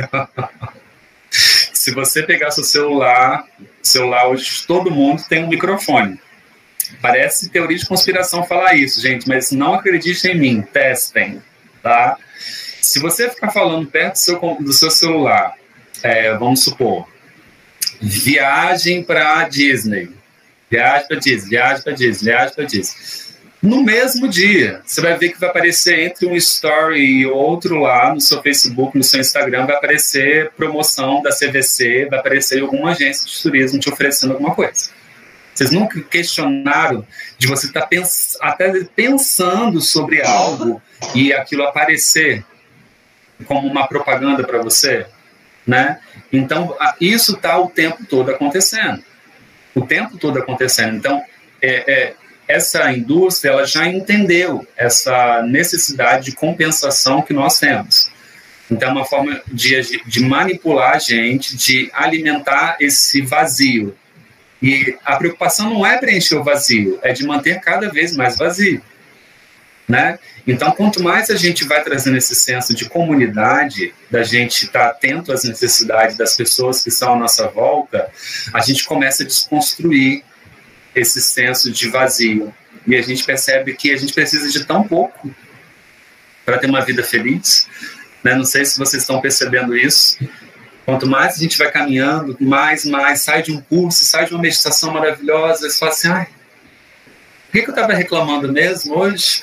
Se você pegar seu celular hoje todo mundo tem um microfone. Parece teoria de conspiração falar isso, gente, mas não acreditem em mim, testem, tá? Se você ficar falando perto do seu celular, vamos supor, viagem para Disney, viagem para Disney, viagem para Disney, viagem para Disney. No mesmo dia, você vai ver que vai aparecer entre um story e outro lá no seu Facebook, no seu Instagram, vai aparecer promoção da CVC, vai aparecer alguma agência de turismo te oferecendo alguma coisa. Vocês nunca questionaram de você estar até pensando sobre algo e aquilo aparecer como uma propaganda para você, né? Então, isso está o tempo todo acontecendo. O tempo todo acontecendo. Então, essa indústria ela já entendeu essa necessidade de compensação que nós temos. Então, é uma forma de manipular a gente, de alimentar esse vazio. E a preocupação não é preencher o vazio, é de manter cada vez mais vazio, né? Então, quanto mais a gente vai trazendo esse senso de comunidade, da gente estar atento às necessidades das pessoas que estão à nossa volta, a gente começa a desconstruir esse senso de vazio. E a gente percebe que a gente precisa de tão pouco para ter uma vida feliz, né? Não sei se vocês estão percebendo isso. Quanto mais a gente vai caminhando, mais sai de um curso, sai de uma meditação maravilhosa, você fala assim, ai, por que eu estava reclamando mesmo hoje?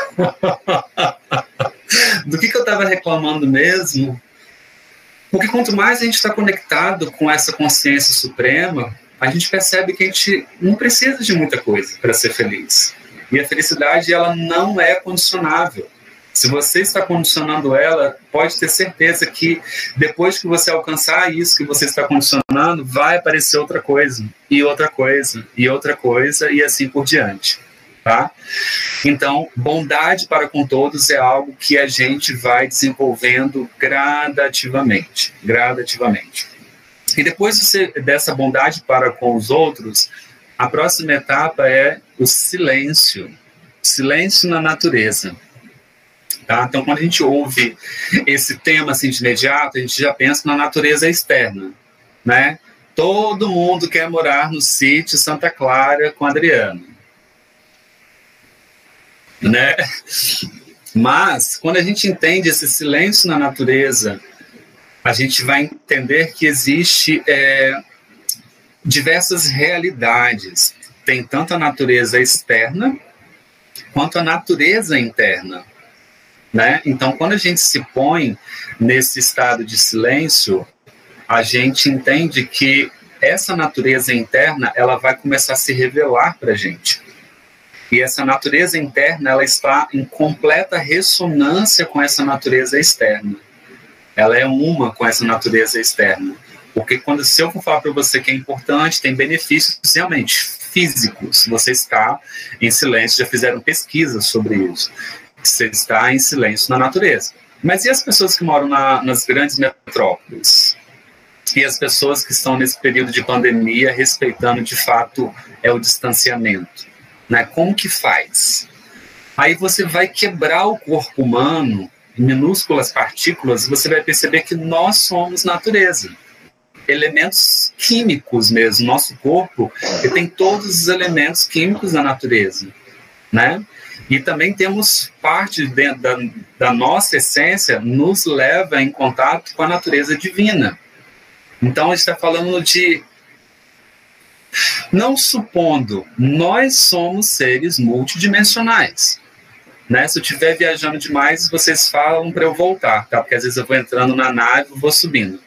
Do que eu estava reclamando mesmo? Porque quanto mais a gente está conectado com essa consciência suprema, a gente percebe que a gente não precisa de muita coisa para ser feliz. E a felicidade, ela não é condicionável. Se você está condicionando ela, pode ter certeza que depois que você alcançar isso que você está condicionando, vai aparecer outra coisa, e outra coisa, e outra coisa, e assim por diante. Tá? Então, bondade para com todos é algo que a gente vai desenvolvendo gradativamente. E depois dessa bondade para com os outros, a próxima etapa é o silêncio. Silêncio na natureza. Tá? Então, quando a gente ouve esse tema assim, de imediato, a gente já pensa na natureza externa, né? Todo mundo quer morar no sítio Santa Clara com Adriano, né? Mas, quando a gente entende esse silêncio na natureza, a gente vai entender que existe diversas realidades. Tem tanto a natureza externa quanto a natureza interna. Né? Então, quando a gente se põe nesse estado de silêncio, a gente entende que essa natureza interna ela vai começar a se revelar para a gente. E essa natureza interna ela está em completa ressonância com essa natureza externa. Ela é uma com essa natureza externa. Porque se eu for falar para você que é importante, tem benefícios realmente físicos. Você está em silêncio, já fizeram pesquisas sobre isso. Você está em silêncio na natureza. Mas e as pessoas que moram nas grandes metrópoles? E as pessoas que estão nesse período de pandemia respeitando, de fato, o distanciamento? Né? Como que faz? Aí você vai quebrar o corpo humano em minúsculas partículas e você vai perceber que nós somos natureza. Elementos químicos mesmo. Nosso corpo ele tem todos os elementos químicos da natureza. Né? E também temos parte da nossa essência nos leva em contato com a natureza divina. Então, a gente está falando de... Não supondo, nós somos seres multidimensionais. Né? Se eu estiver viajando demais, vocês falam para eu voltar, tá? Porque às vezes eu vou entrando na nave e vou subindo.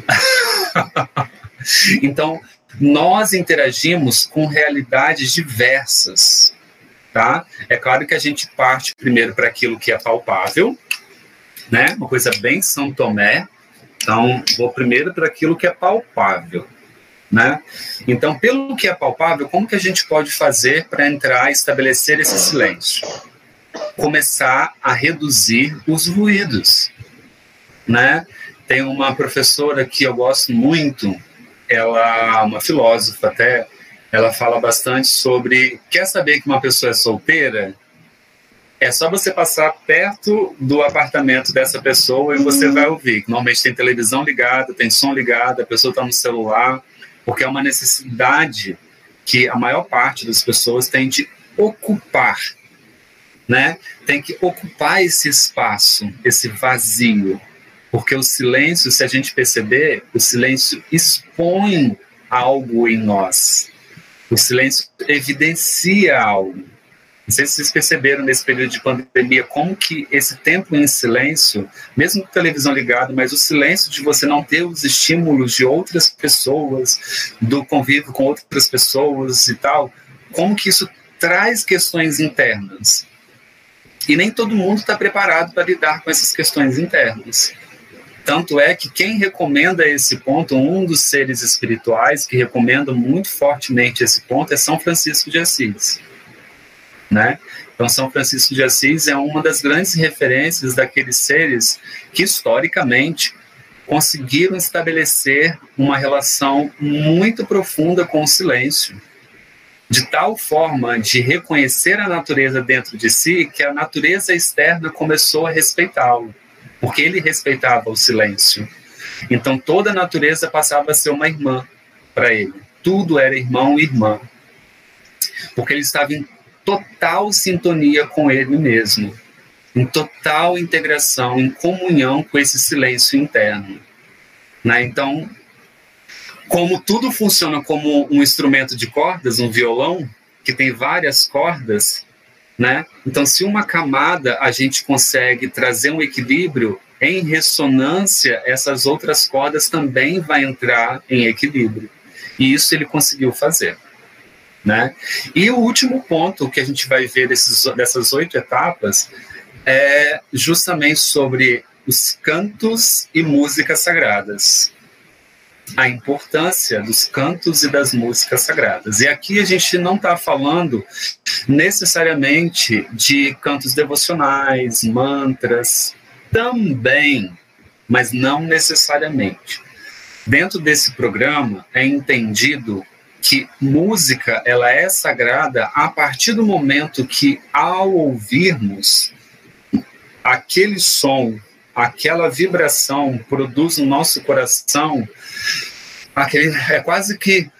Então, nós interagimos com realidades diversas. Tá? É claro que a gente parte primeiro para aquilo que é palpável, né? Uma coisa bem São Tomé. Então, vou primeiro para aquilo que é palpável, né? Então, pelo que é palpável, como que a gente pode fazer para entrar e estabelecer esse silêncio? Começar a reduzir os ruídos, né? Tem uma professora que eu gosto muito, ela é uma filósofa até. Ela fala bastante sobre... Quer saber que uma pessoa é solteira? É só você passar perto do apartamento dessa pessoa e você vai ouvir. Normalmente tem televisão ligada, tem som ligado, a pessoa está no celular, porque é uma necessidade que a maior parte das pessoas tem de ocupar, né? Tem que ocupar esse espaço, esse vazio. Porque o silêncio, se a gente perceber, o silêncio expõe algo em nós. O silêncio evidencia algo. Não sei se vocês perceberam nesse período de pandemia como que esse tempo em silêncio, mesmo com a televisão ligada, mas o silêncio de você não ter os estímulos de outras pessoas, do convívio com outras pessoas e tal, como que isso traz questões internas. E nem todo mundo está preparado para lidar com essas questões internas. Tanto é que quem recomenda esse ponto, um dos seres espirituais que recomenda muito fortemente esse ponto é São Francisco de Assis. Né? Então, São Francisco de Assis é uma das grandes referências daqueles seres que, historicamente, conseguiram estabelecer uma relação muito profunda com o silêncio, de tal forma de reconhecer a natureza dentro de si, que a natureza externa começou a respeitá-lo, porque ele respeitava o silêncio. Então, toda a natureza passava a ser uma irmã para ele. Tudo era irmão e irmã, porque ele estava em total sintonia com ele mesmo, em total integração, em comunhão com esse silêncio interno. Né? Então, como tudo funciona como um instrumento de cordas, um violão, que tem várias cordas, né? Então, se uma camada a gente consegue trazer um equilíbrio, em ressonância, essas outras cordas também vão entrar em equilíbrio. E isso ele conseguiu fazer. Né? E o último ponto que a gente vai ver dessas 8 etapas é justamente sobre os cantos e músicas sagradas. A importância dos cantos e das músicas sagradas. E aqui a gente não está falando necessariamente de cantos devocionais, mantras, também, mas não necessariamente. Dentro desse programa é entendido que música ela é sagrada a partir do momento que, ao ouvirmos aquele som, aquela vibração produz no nosso coração, é quase que,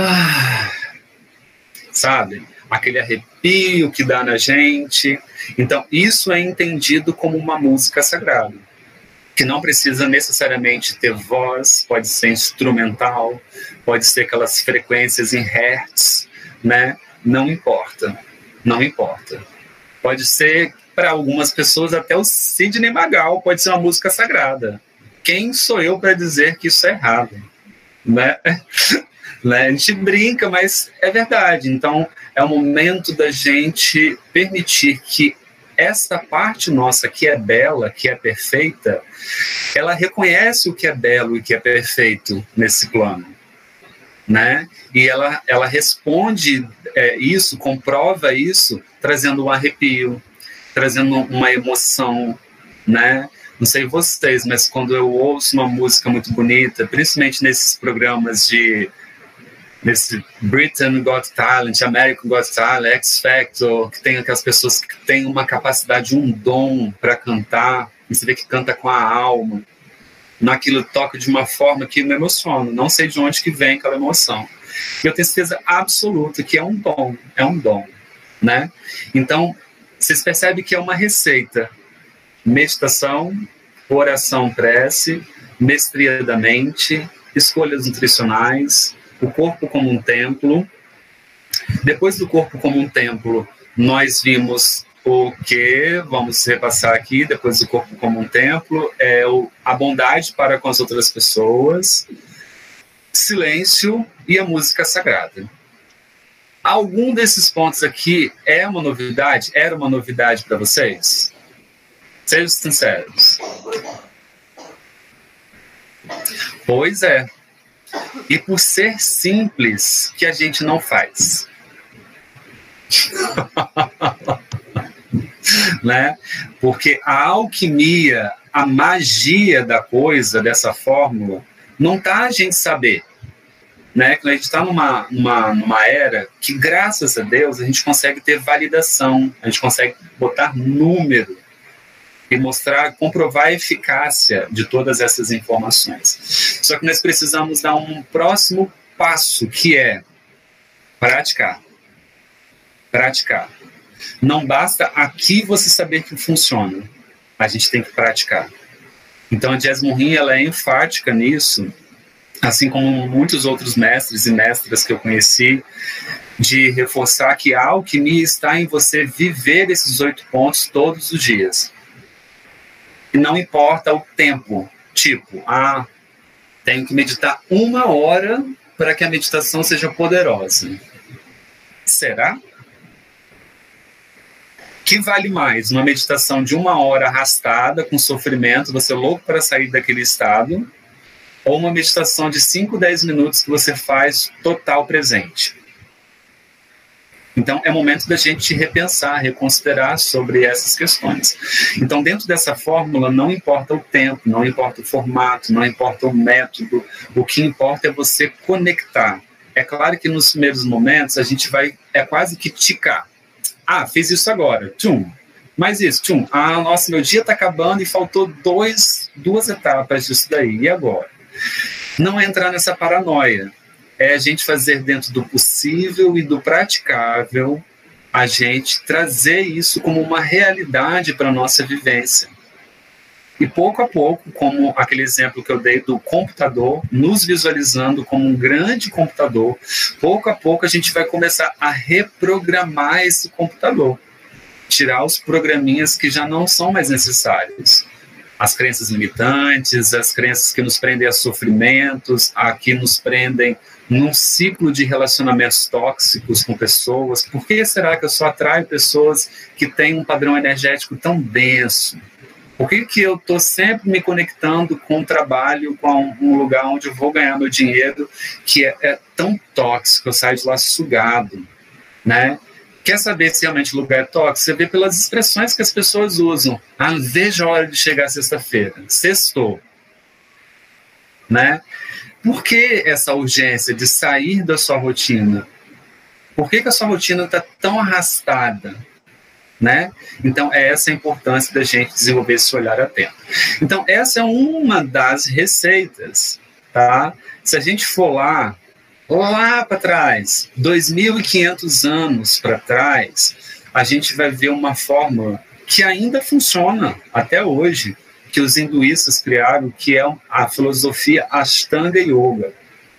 sabe? Aquele arrepio que dá na gente. Então, isso é entendido como uma música sagrada, que não precisa necessariamente ter voz, pode ser instrumental, pode ser aquelas frequências em hertz, né? Não importa, não importa. Pode ser, para algumas pessoas, até o Sidney Magal pode ser uma música sagrada. Quem sou eu para dizer que isso é errado? Né? A gente brinca, mas é verdade. Então, é o momento da gente permitir que essa parte nossa que é bela, que é perfeita, ela reconhece o que é belo e o que é perfeito nesse plano, né? E ela responde isso, comprova isso, trazendo um arrepio, trazendo uma emoção, né? Não sei vocês, mas quando eu ouço uma música muito bonita, principalmente nesses programas nesse Britain Got Talent, American Got Talent, X Factor, que tem aquelas pessoas que têm uma capacidade, um dom para cantar, e você vê que canta com a alma, naquilo toca de uma forma que me emociona, não sei de onde que vem aquela emoção. E eu tenho certeza absoluta que é um dom, né? Então, vocês percebem que é uma receita: meditação, oração, prece, mestria da mente, escolhas nutricionais, o corpo como um templo. Depois do corpo como um templo, nós vimos o que, vamos repassar aqui, depois do corpo como um templo, a bondade para com as outras pessoas, silêncio e a música sagrada. Algum desses pontos aqui era uma novidade para vocês? Sejam sinceros. Pois é. E por ser simples, que a gente não faz. Né? Porque a alquimia, a magia da coisa, dessa fórmula, não está a gente saber. Né? A gente está numa era que, graças a Deus, a gente consegue ter validação, a gente consegue botar número e comprovar a eficácia de todas essas informações. Só que nós precisamos dar um próximo passo, que é praticar. Praticar. Não basta aqui você saber que funciona. A gente tem que praticar. Então a Jazz Morin, ela é enfática nisso, assim como muitos outros mestres e mestras que eu conheci, de reforçar que a alquimia está em você viver esses 8 pontos todos os dias. E não importa o tempo, tipo, tenho que meditar 1 hora para que a meditação seja poderosa. Será? Que vale mais? Uma meditação de 1 hora arrastada, com sofrimento, você é louco para sair daquele estado, ou uma meditação de 5, 10 minutos que você faz total presente? Então, é momento da gente repensar, reconsiderar sobre essas questões. Então, dentro dessa fórmula, não importa o tempo, não importa o formato, não importa o método, o que importa é você conectar. É claro que nos primeiros momentos a gente é quase que ticar. Fiz isso agora, tchum. Mais isso, tchum. Nossa, meu dia está acabando e faltou 2 etapas disso daí. E agora? Não entrar nessa paranoia. É a gente fazer dentro do possível e do praticável, a gente trazer isso como uma realidade para a nossa vivência. E pouco a pouco, como aquele exemplo que eu dei do computador, nos visualizando como um grande computador, pouco a pouco a gente vai começar a reprogramar esse computador, tirar os programinhas que já não são mais necessários. As crenças limitantes, as crenças que nos prendem a sofrimentos, a que nos prendem num ciclo de relacionamentos tóxicos com pessoas. Por que será que eu só atraio pessoas que têm um padrão energético tão denso? Por que eu estou sempre me conectando com o trabalho, com um lugar onde eu vou ganhar meu dinheiro, que é tão tóxico, eu saio de lá sugado, né? Quer saber se realmente o lugar é tóxico? Você vê pelas expressões que as pessoas usam. Veja a hora de chegar sexta-feira. Sextou. Né? Por que essa urgência de sair da sua rotina? Por que a sua rotina está tão arrastada? Né? Então, é essa a importância da gente desenvolver esse olhar atento. Então, essa é uma das receitas. Tá? Se a gente for lá para trás, 2.500 anos para trás, a gente vai ver uma fórmula que ainda funciona até hoje, que os hinduístas criaram, que é a filosofia Ashtanga Yoga.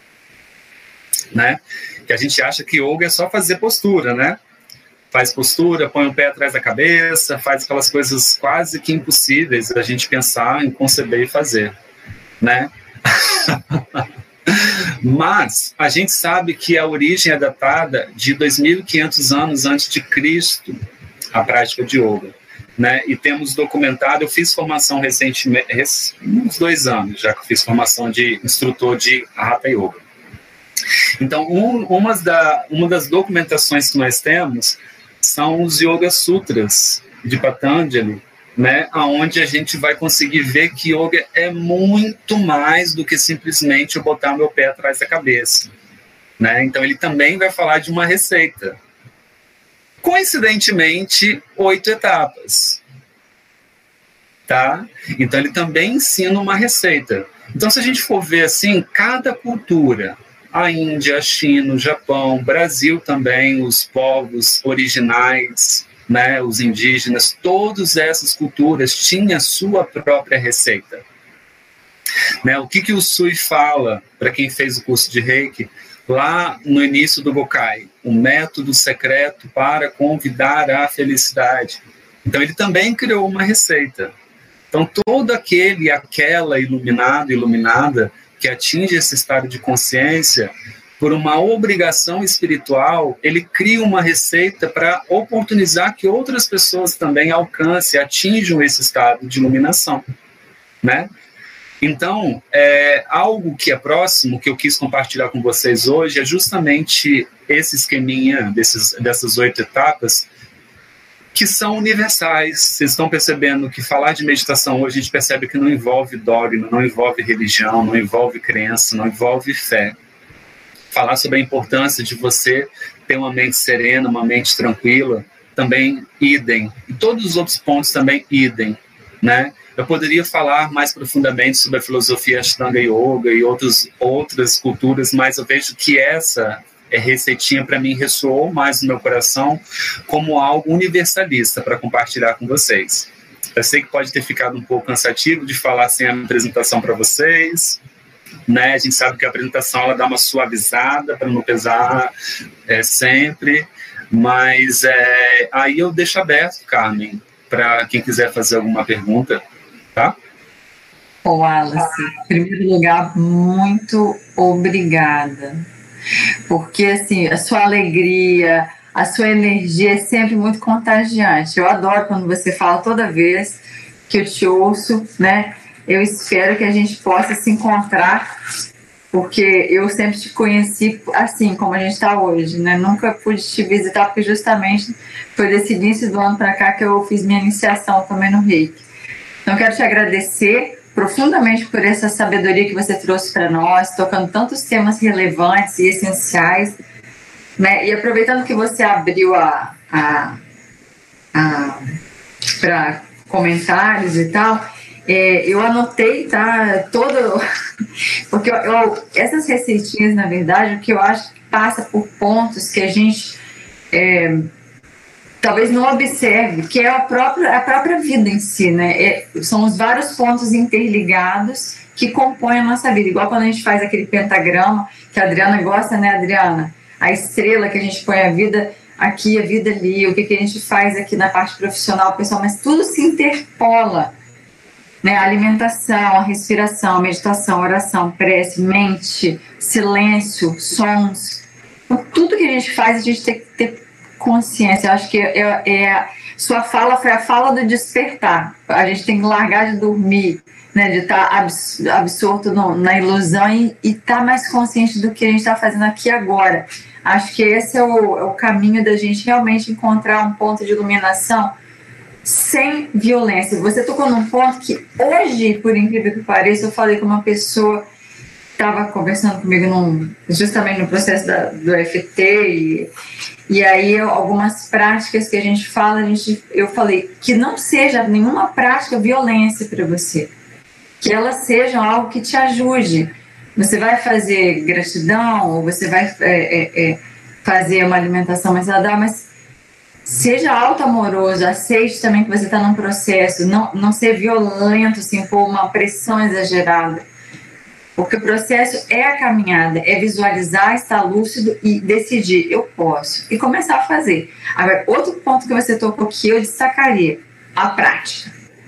Né? Que a gente acha que yoga é só fazer postura, né? Faz postura, põe o pé atrás da cabeça, faz aquelas coisas quase que impossíveis da gente pensar em conceber e fazer. Né? Mas a gente sabe que a origem é datada de 2.500 anos antes de Cristo, a prática de yoga. Né? E temos documentado, eu fiz formação recentemente, uns 2 anos já que eu fiz formação de instrutor de Hatha Yoga. Então, uma das documentações que nós temos são os Yoga Sutras de Patanjali, né? Onde a gente vai conseguir ver que yoga é muito mais do que simplesmente eu botar meu pé atrás da cabeça. Né? Então, ele também vai falar de uma receita. Coincidentemente, 8 etapas. Tá? Então, ele também ensina uma receita. Então, se a gente for ver assim, cada cultura, a Índia, a China, o Japão, o Brasil também, os povos originais, né, os indígenas, todas essas culturas tinham a sua própria receita. Né? O que o Sui fala, para quem fez o curso de Reiki, lá no início do Gokai, o método secreto para convidar à felicidade. Então, ele também criou uma receita. Então, todo aquele e aquela iluminado, iluminada, que atinge esse estado de consciência, por uma obrigação espiritual, ele cria uma receita para oportunizar que outras pessoas também alcancem, atinjam esse estado de iluminação. Né? Então, algo que é próximo, que eu quis compartilhar com vocês hoje, é justamente esse esqueminha dessas 8 etapas, que são universais. Vocês estão percebendo que falar de meditação hoje, a gente percebe que não envolve dogma, não envolve religião, não envolve crença, não envolve fé. Falar sobre a importância de você ter uma mente serena, uma mente tranquila, também idem. E todos os outros pontos também idem, né? Eu poderia falar mais profundamente sobre a filosofia Ashtanga Yoga e outras culturas, mas eu vejo que essa receitinha, para mim, ressoou mais no meu coração como algo universalista para compartilhar com vocês. Eu sei que pode ter ficado um pouco cansativo de falar sem a apresentação para vocês, né? A gente sabe que a apresentação ela dá uma suavizada para não pesar sempre, mas aí eu deixo aberto, Carmen, para quem quiser fazer alguma pergunta, tá? Wallace, em primeiro lugar, muito obrigada, porque assim, a sua alegria, a sua energia é sempre muito contagiante. Eu adoro quando você fala toda vez que eu te ouço, né? Eu espero que a gente possa se encontrar, porque eu sempre te conheci assim como a gente está hoje, né? Nunca pude te visitar, porque justamente foi desse início do ano para cá que eu fiz minha iniciação também no Reiki. Então, quero te agradecer profundamente por essa sabedoria que você trouxe para nós, tocando tantos temas relevantes e essenciais, né? E aproveitando que você abriu para comentários e tal, eu anotei, tá, porque essas receitinhas, na verdade, o que eu acho que passa por pontos que a gente talvez não observe, que é a própria vida em si, né? São os vários pontos interligados que compõem a nossa vida, igual quando a gente faz aquele pentagrama, que a Adriana gosta, né, Adriana? A estrela que a gente põe a vida aqui, a vida ali, o que a gente faz aqui na parte profissional, pessoal, mas tudo se interpola, né? A alimentação, a respiração, a meditação, a oração, prece, mente, silêncio, sons, tudo que a gente faz, a gente tem que ter consciência. Eu acho que sua fala foi a fala do despertar. A gente tem que largar de dormir, né, de estar absorto na ilusão e estar mais consciente do que a gente está fazendo aqui agora. Acho que esse é o caminho da gente realmente encontrar um ponto de iluminação sem violência. Você tocou num ponto que hoje, por incrível que pareça, eu falei com uma pessoa estava conversando comigo justamente no processo do EFT e aí algumas práticas que a gente fala, eu falei que não seja nenhuma prática violência para você, que elas sejam algo que te ajude. Você vai fazer gratidão ou você vai fazer uma alimentação mais saudável, mas seja auto-amoroso, aceite também que você está num processo, não ser violento, assim, por uma pressão exagerada. Porque o processo é a caminhada, é visualizar, estar lúcido e decidir, eu posso, e começar a fazer. Agora, outro ponto que você tocou que eu destacaria, a prática.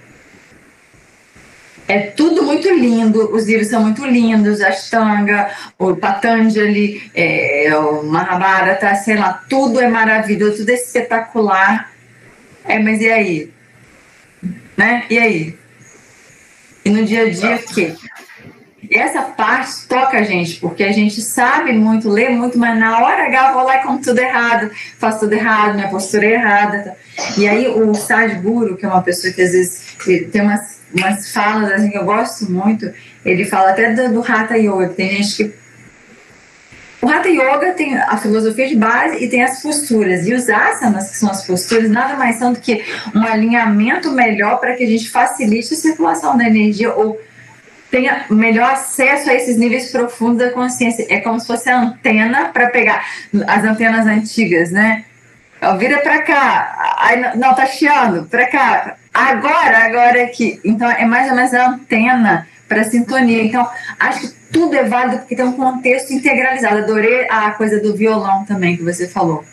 É tudo muito lindo, os livros são muito lindos, a Ashtanga, o Patanjali, o Mahabharata, sei lá, tudo é maravilhoso, tudo é espetacular. Mas e aí? Né? E aí? E no dia a dia, o quê? Essa parte toca a gente, porque a gente sabe muito, lê muito, mas na hora H eu vou lá e como tudo errado, faço tudo errado, minha postura é errada. E aí o Sadhguru, que é uma pessoa que às vezes tem umas falas assim, que eu gosto muito, ele fala até do Hatha Yoga, tem gente que... O Hatha Yoga tem a filosofia de base e tem as posturas, e os asanas, que são as posturas, nada mais são do que um alinhamento melhor para que a gente facilite a circulação da energia ou tenha melhor acesso a esses níveis profundos da consciência. É como se fosse a antena para pegar as antenas antigas, né? Vira para cá, aí, não, tá chiando, para cá, agora aqui. Então, é mais ou menos a antena para sintonia. Então, acho que tudo é válido porque tem um contexto integralizado. Adorei a coisa do violão também que você falou.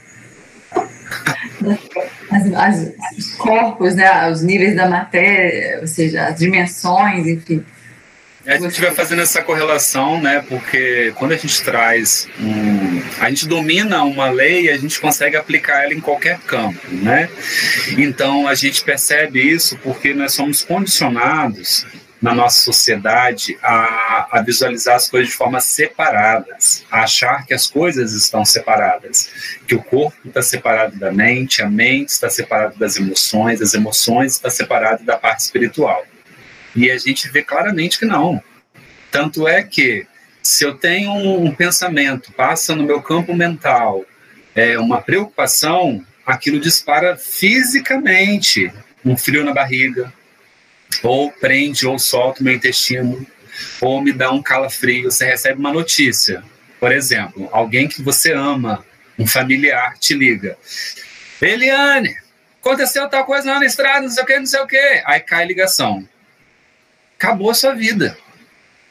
Os corpos, né, os níveis da matéria, ou seja, as dimensões, enfim. A gente vai fazendo essa correlação, né? Porque quando a gente traz a gente domina uma lei, a gente consegue aplicar ela em qualquer campo, né? Então a gente percebe isso porque nós somos condicionados na nossa sociedade a visualizar as coisas de forma separadas, a achar que as coisas estão separadas, que o corpo está separado da mente, a mente está separada das emoções, as emoções estão separadas da parte espiritual. E a gente vê claramente que não. Tanto é que, se eu tenho um pensamento, passa no meu campo mental, uma preocupação, aquilo dispara fisicamente um frio na barriga, ou prende ou solta o meu intestino, ou me dá um calafrio. Você recebe uma notícia, por exemplo, alguém que você ama, um familiar, te liga. Eliane, aconteceu tal coisa na estrada, não sei o que, não sei o que. Aí cai a ligação. Acabou a sua vida.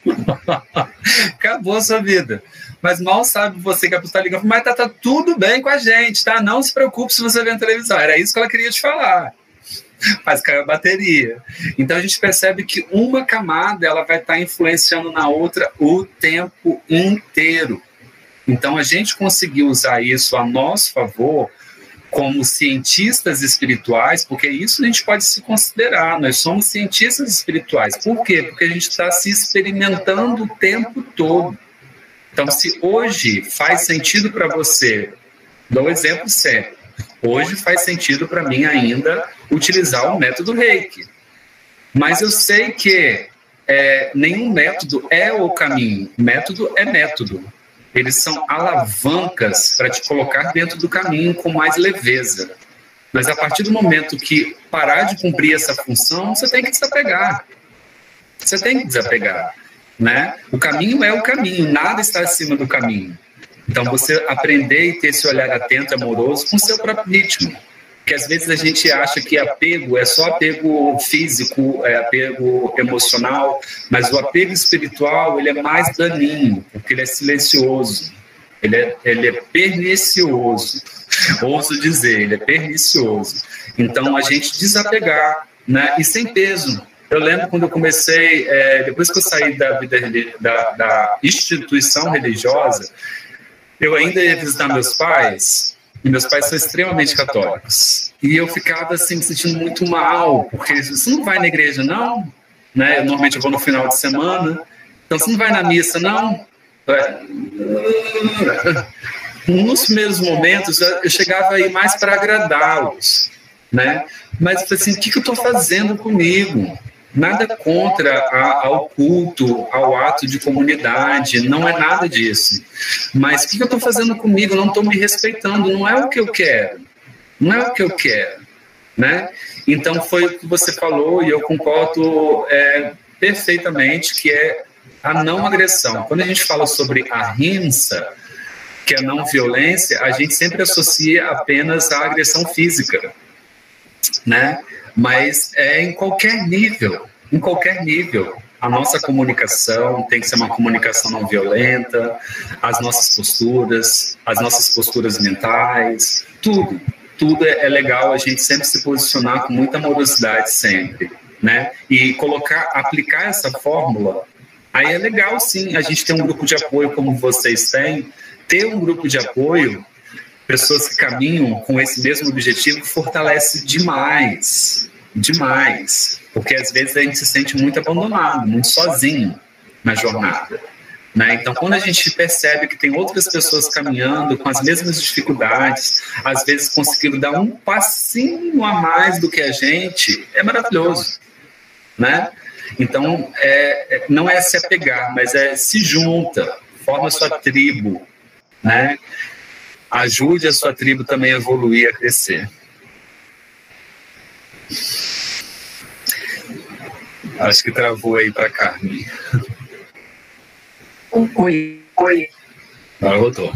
Acabou a sua vida. Mas mal sabe você que a pessoa está ligando, mas tá tudo bem com a gente, tá? Não se preocupe se você vê a televisão. Era isso que ela queria te falar. Mas caiu a bateria. Então a gente percebe que uma camada ela vai estar influenciando na outra o tempo inteiro. Então a gente conseguiu usar isso a nosso favor como cientistas espirituais, porque isso a gente pode se considerar, nós somos cientistas espirituais. Por quê? Porque a gente está se experimentando o tempo todo. Então, se hoje faz sentido para você, dou um exemplo sempre, hoje faz sentido para mim ainda utilizar o método Reiki. Mas eu sei que nenhum método é o caminho, método é método. Eles são alavancas para te colocar dentro do caminho com mais leveza. Mas a partir do momento que parar de cumprir essa função, você tem que desapegar. Você tem que desapegar, né? O caminho é o caminho, nada está acima do caminho. Então, você aprender e ter esse olhar atento, amoroso, com o seu próprio ritmo. Porque às vezes a gente acha que apego é só apego físico, é apego emocional, mas o apego espiritual ele é mais daninho, porque ele é silencioso, ele é pernicioso, ouso dizer, ele é pernicioso. Então, a gente desapegar, né? E sem peso. Eu lembro quando eu comecei, depois que eu saí da vida da instituição religiosa, eu ainda ia visitar meus pais. E meus pais são extremamente católicos. E eu ficava assim, me sentindo muito mal, porque você não vai na igreja, não? Né? Normalmente eu vou no final de semana. Então você não vai na missa, não? Nos primeiros momentos, eu chegava aí mais para agradá-los. Né? Mas eu falei assim, o que eu estou fazendo comigo? Nada contra ao culto, ao ato de comunidade, não é nada disso. Mas o que eu estou fazendo comigo? Eu não estou me respeitando, não é o que eu quero. Não é o que eu quero. Né? Então foi o que você falou e eu concordo perfeitamente, que é a não agressão. Quando a gente fala sobre a rimsa, que é a não violência, a gente sempre associa apenas à agressão física. Né? Mas em qualquer nível, a nossa comunicação tem que ser uma comunicação não violenta, as nossas posturas mentais, tudo é legal a gente sempre se posicionar com muita amorosidade sempre, né? E aplicar essa fórmula, aí é legal sim, a gente ter um grupo de apoio como vocês têm, ter um grupo de apoio, pessoas que caminham com esse mesmo objetivo, fortalece demais, porque às vezes a gente se sente muito abandonado, muito sozinho na jornada, né? Então, quando a gente percebe que tem outras pessoas caminhando com as mesmas dificuldades, às vezes conseguindo dar um passinho a mais do que a gente, é maravilhoso, né? Então, não é se apegar, mas se junta, forma sua tribo, né? Ajude a sua tribo também a evoluir, a crescer. Acho que travou aí para Carmen. Oi. Agora voltou.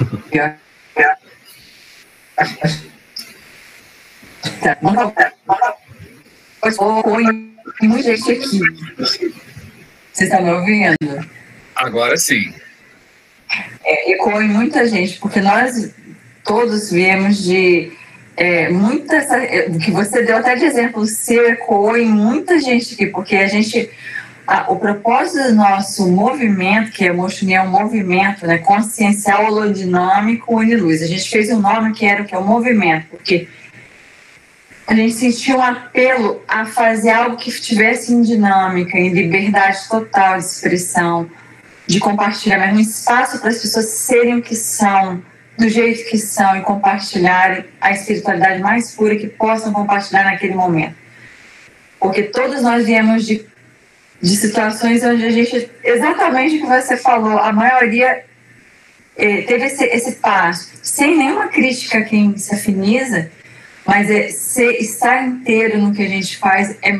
Oi, muita gente aqui. Você está me ouvindo? Agora sim. Ecoou em muita gente, porque nós todos viemos de que você deu até de exemplo, se ecoou em muita gente aqui, porque o propósito do nosso movimento, que é um movimento, né, consciencial holodinâmico Uniluz. A gente fez um nome que era o movimento, porque a gente sentiu um apelo a fazer algo que estivesse em dinâmica, em liberdade total de expressão, de compartilhamento, um espaço para as pessoas serem o que são, do jeito que são, e compartilharem a espiritualidade mais pura que possam compartilhar naquele momento. Porque todos nós viemos de situações onde a gente, exatamente o que você falou, a maioria teve esse passo, sem nenhuma crítica a quem se afiniza, mas estar inteiro no que a gente faz é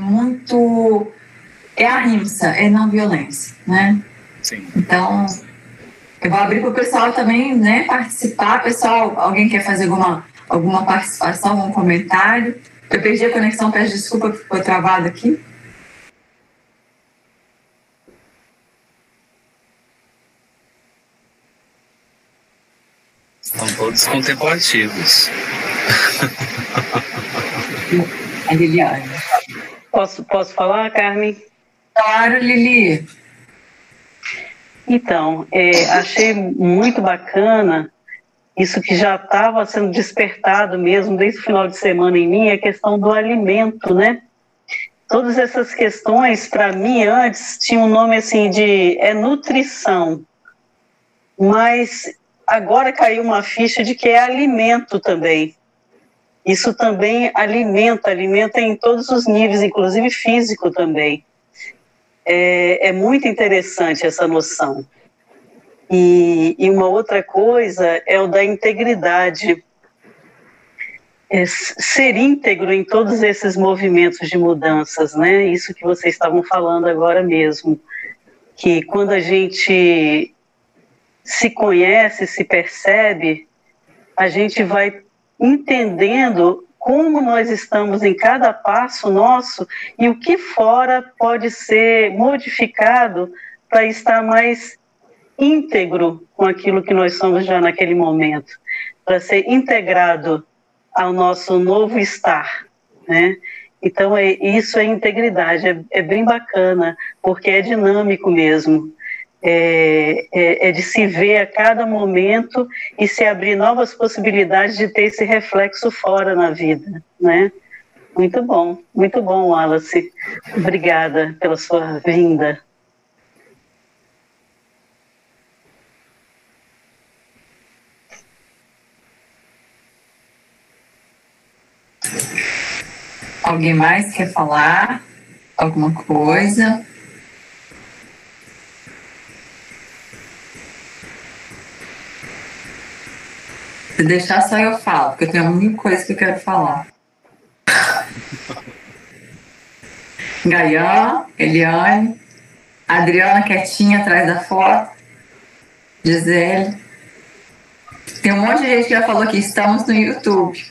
a rimsa, é não violência, né? Sim. Então, eu vou abrir para o pessoal também, né, participar. Pessoal, alguém quer fazer alguma participação, algum comentário? Eu perdi a conexão, peço desculpa que ficou travado aqui. São todos contemplativos. A Liliane. Posso falar, Carmen? Claro, Lili. Então, achei muito bacana isso que já estava sendo despertado mesmo desde o final de semana em mim, a questão do alimento, né? Todas essas questões, para mim, antes, tinham um nome assim de nutrição, mas agora caiu uma ficha de que é alimento também. Isso também alimenta em todos os níveis, inclusive físico também. É muito interessante essa noção. E uma outra coisa é o da integridade. Ser íntegro em todos esses movimentos de mudanças, né? Isso que vocês estavam falando agora mesmo. Que quando a gente se conhece, se percebe, a gente vai entendendo como nós estamos em cada passo nosso e o que fora pode ser modificado para estar mais íntegro com aquilo que nós somos já naquele momento, para ser integrado ao nosso novo estar, né? Então, isso é integridade, é bem bacana, porque é dinâmico mesmo. É de se ver a cada momento e se abrir novas possibilidades de ter esse reflexo fora na vida, né? Muito bom, Wallace. Obrigada pela sua vinda. Alguém mais quer falar alguma coisa? Se deixar só eu falo, porque eu tenho muita coisa que eu quero falar. Gaian, Eliane, Adriana quietinha atrás da foto, Gisele. Tem um monte de gente que já falou que estamos no YouTube.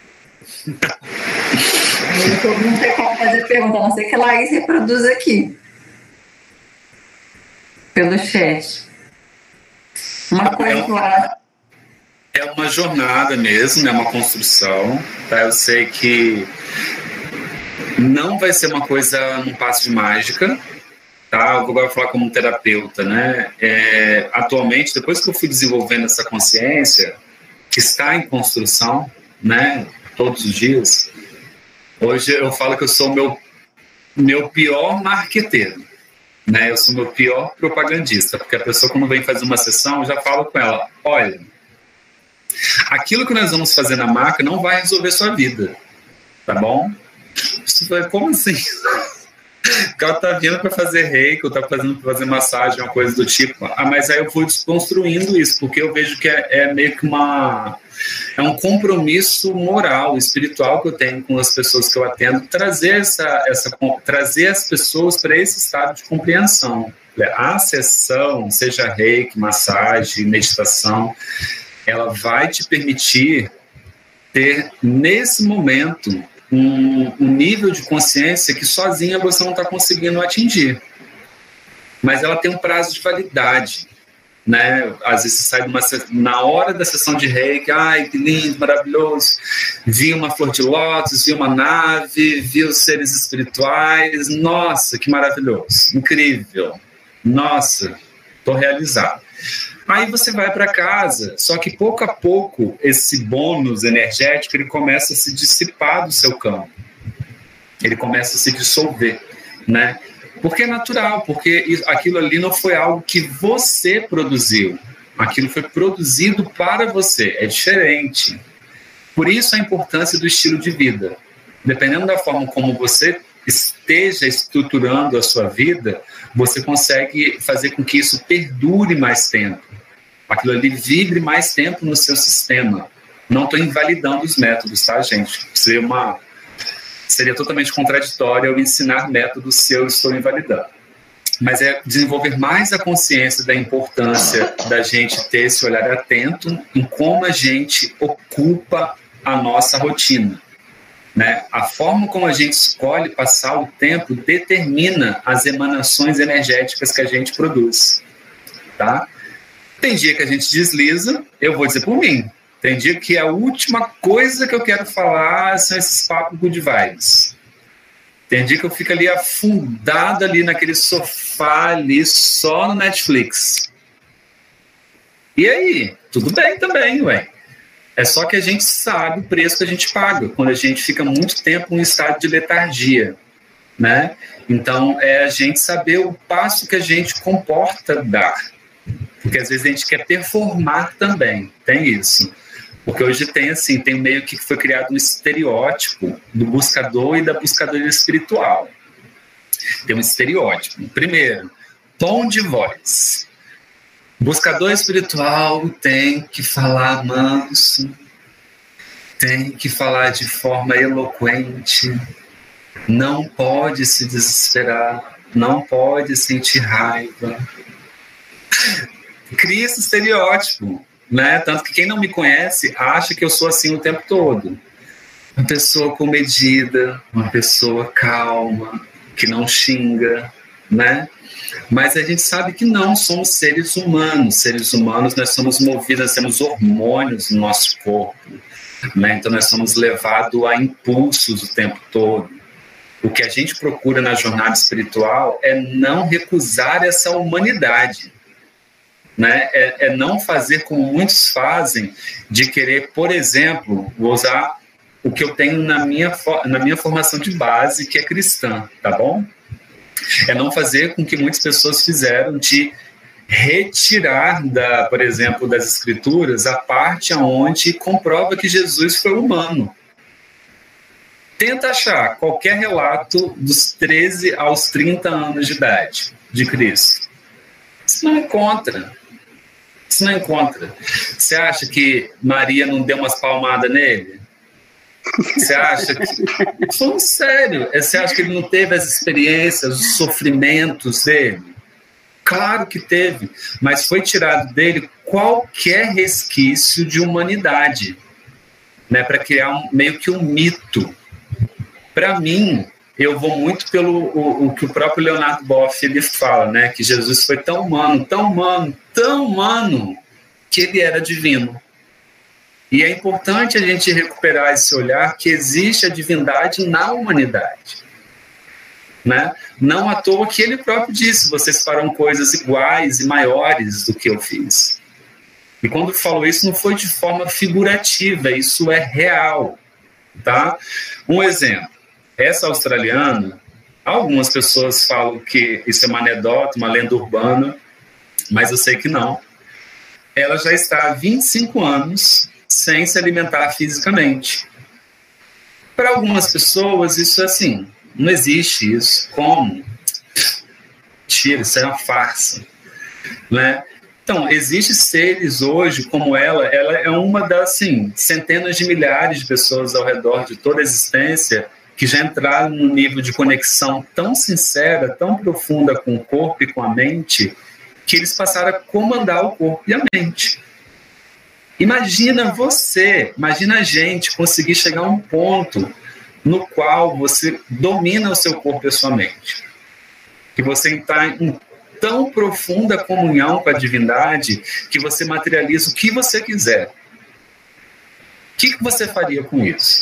No YouTube não tem como fazer pergunta, a não ser que a Laís reproduz aqui. Pelo chat. Uma coisa que eu acho. É uma jornada mesmo, é uma construção, tá? Eu sei que não vai ser uma coisa num passo de mágica, tá? Eu vou agora falar como terapeuta, né? Atualmente, depois que eu fui desenvolvendo essa consciência, que está em construção, né? Todos os dias, hoje eu falo que eu sou meu pior marqueteiro, né? Eu sou meu pior propagandista, porque a pessoa, quando vem fazer uma sessão, eu já falo com ela, olha, aquilo que nós vamos fazer na marca não vai resolver sua vida, tá bom? Você vai, como assim? O cara tá vindo para fazer reiki, ou tá fazendo para fazer massagem, uma coisa do tipo. Mas aí eu vou desconstruindo isso, porque eu vejo que é meio que é um compromisso moral, espiritual que eu tenho com as pessoas que eu atendo, trazer trazer as pessoas para esse estado de compreensão. A sessão, seja reiki, massagem, meditação, ela vai te permitir ter, nesse momento, um nível de consciência que sozinha você não está conseguindo atingir. Mas ela tem um prazo de validade, né? Às vezes você sai na hora da sessão de reiki, ai, que lindo, maravilhoso, vi uma flor de lótus, vi uma nave, vi os seres espirituais, nossa, que maravilhoso, incrível, nossa, estou realizado. Aí você vai para casa, só que pouco a pouco esse bônus energético ele começa a se dissipar do seu campo. Ele começa a se dissolver, né? Porque é natural, porque aquilo ali não foi algo que você produziu. Aquilo foi produzido para você, é diferente. Por isso a importância do estilo de vida. Dependendo da forma como você esteja estruturando a sua vida, você consegue fazer com que isso perdure mais tempo. Aquilo ali vibre mais tempo no seu sistema. Não estou invalidando os métodos, tá, gente? Seria totalmente contraditório eu ensinar métodos se eu estou invalidando. Mas é desenvolver mais a consciência da importância da gente ter esse olhar atento em como a gente ocupa a nossa rotina. Né? A forma como a gente escolhe passar o tempo determina as emanações energéticas que a gente produz. Tá? Tem dia que a gente desliza, eu vou dizer por mim. Tem dia que a última coisa que eu quero falar são esses papos good vibes. Tem dia que eu fico ali afundado ali naquele sofá ali, só no Netflix. E aí? Tudo bem também, ué. É só que a gente sabe o preço que a gente paga quando a gente fica muito tempo em estado de letargia, né? Então, é a gente saber o passo que a gente comporta dar. Porque às vezes a gente quer performar também, tem isso. Porque hoje tem assim, tem meio que foi criado um estereótipo do buscador e da buscadora espiritual. Tem um estereótipo. Primeiro, tom de voz. Buscador espiritual tem que falar manso, tem que falar de forma eloquente, não pode se desesperar, não pode sentir raiva. Cria esse estereótipo, né? Tanto que quem não me conhece acha que eu sou assim o tempo todo. Uma pessoa comedida, uma pessoa calma, que não xinga, né? Mas a gente sabe que não, somos seres humanos. Seres humanos, nós somos movidos, nós temos hormônios no nosso corpo, né? Então nós somos levados a impulsos o tempo todo. O que a gente procura na jornada espiritual é não recusar essa humanidade, né? É não fazer como muitos fazem, de querer, por exemplo, vou usar o que eu tenho na minha formação de base, que é cristã, tá bom? É não fazer com que muitas pessoas fizeram de retirar, por exemplo, das escrituras, a parte onde comprova que Jesus foi humano. Tenta achar qualquer relato dos 13 aos 30 anos de idade de Cristo. Você não encontra. Você não encontra. Você acha que Maria não deu umas palmadas nele? Você acha que... Falando sério, você acha que ele não teve as experiências, os sofrimentos dele? Claro que teve, mas foi tirado dele qualquer resquício de humanidade, né, para criar meio que um mito. Para mim, eu vou muito pelo o que o próprio Leonardo Boff ele fala, né, que Jesus foi tão humano, tão humano, tão humano, que ele era divino. E é importante a gente recuperar esse olhar que existe a divindade na humanidade, né? Não à toa que ele próprio disse, vocês farão coisas iguais e maiores do que eu fiz. E quando falou isso, não foi de forma figurativa, isso é real, tá? Um exemplo, essa australiana, algumas pessoas falam que isso é uma anedota, uma lenda urbana, mas eu sei que não. Ela já está há 25 anos sem se alimentar fisicamente. Para algumas pessoas, isso é assim, não existe isso. Como? Tira, isso é uma farsa, né? Então, existem seres hoje como ela é uma das, assim, centenas de milhares de pessoas ao redor de toda a existência que já entraram num nível de conexão tão sincera, tão profunda com o corpo e com a mente, que eles passaram a comandar o corpo e a mente. Imagina a gente conseguir chegar a um ponto no qual você domina o seu corpo e a sua mente. Que você está em tão profunda comunhão com a divindade que você materializa o que você quiser. O que você faria com isso?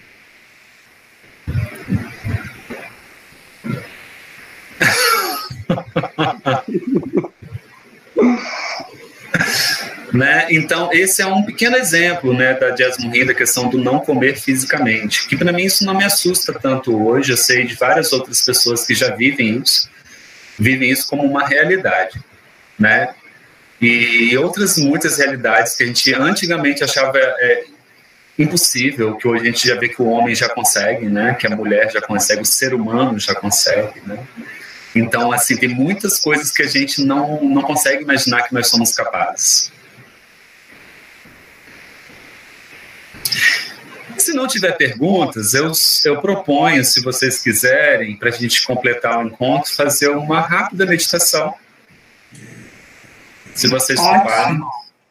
Né? Então, esse é um pequeno exemplo, né, da Jasmine Rim, da questão do não comer fisicamente, que para mim isso não me assusta tanto hoje. Eu sei de várias outras pessoas que já vivem isso como uma realidade, né? E outras muitas realidades que a gente antigamente achava impossível, que hoje a gente já vê que o homem já consegue, né? Que a mulher já consegue, o ser humano já consegue, né? Então, assim, tem muitas coisas que a gente não consegue imaginar que nós somos capazes. Se não tiver perguntas, eu proponho, se vocês quiserem, para a gente completar o encontro, fazer uma rápida meditação. Se vocês toparem.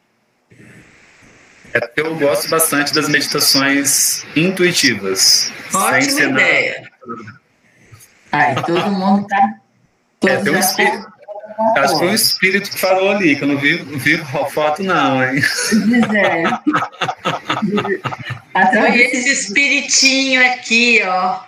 Eu gosto bastante das meditações intuitivas. Ótima ideia. Aí, todo mundo está... Acho que foi um espírito que falou ali, que eu não vi foto não, hein? Foi esse espiritinho aqui, ó.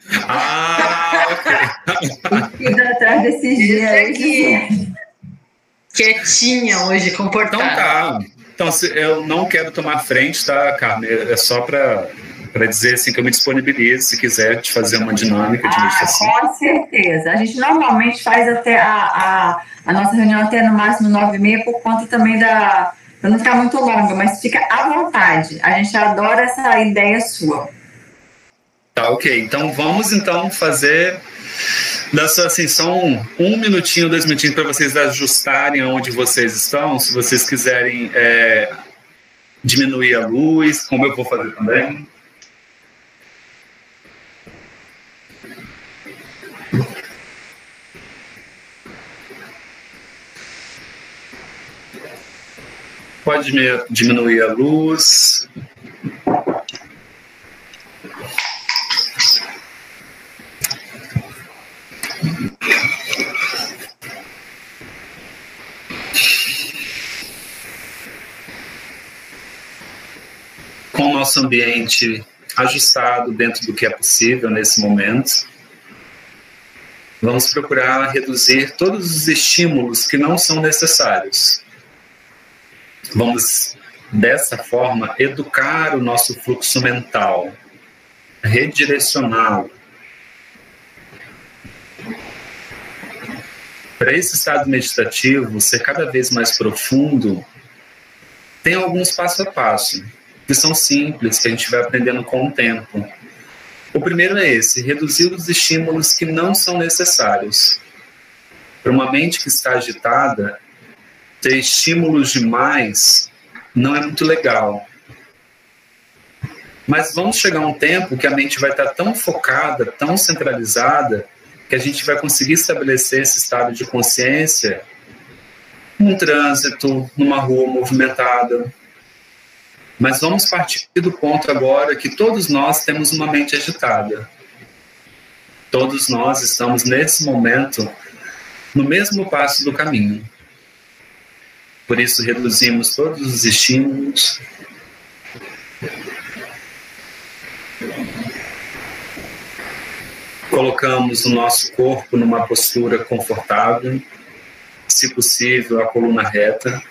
Ok. Atrás desses dias aqui. Quietinha hoje, comportada. Então tá. Então, eu não quero tomar frente, tá, Carmen? É só para dizer assim que eu me disponibilizo, se quiser, te fazer uma dinâmica de meditação. Com certeza. A gente normalmente faz até a nossa reunião até no máximo 9h30, por conta também para não ficar muito longa, mas fica à vontade. A gente adora essa ideia sua. Tá, ok. Então vamos fazer assim, só 1 minutinho, 2 minutinhos para vocês ajustarem onde vocês estão. Se vocês quiserem diminuir a luz, como eu vou fazer também. Pode diminuir a luz. Com o nosso ambiente ajustado dentro do que é possível nesse momento, vamos procurar reduzir todos os estímulos que não são necessários. Vamos, dessa forma, educar o nosso fluxo mental, redirecioná-lo. Para esse estado meditativo ser cada vez mais profundo, tem alguns passo a passo, que são simples, que a gente vai aprendendo com o tempo. O primeiro é esse: reduzir os estímulos que não são necessários. Para uma mente que está agitada, ter estímulos demais não é muito legal. Mas vamos chegar a um tempo que a mente vai estar tão focada, tão centralizada, que a gente vai conseguir estabelecer esse estado de consciência num trânsito, numa rua movimentada. Mas vamos partir do ponto agora que todos nós temos uma mente agitada. Todos nós estamos, nesse momento, no mesmo passo do caminho. Por isso, reduzimos todos os estímulos. Colocamos o nosso corpo numa postura confortável, se possível, a coluna reta.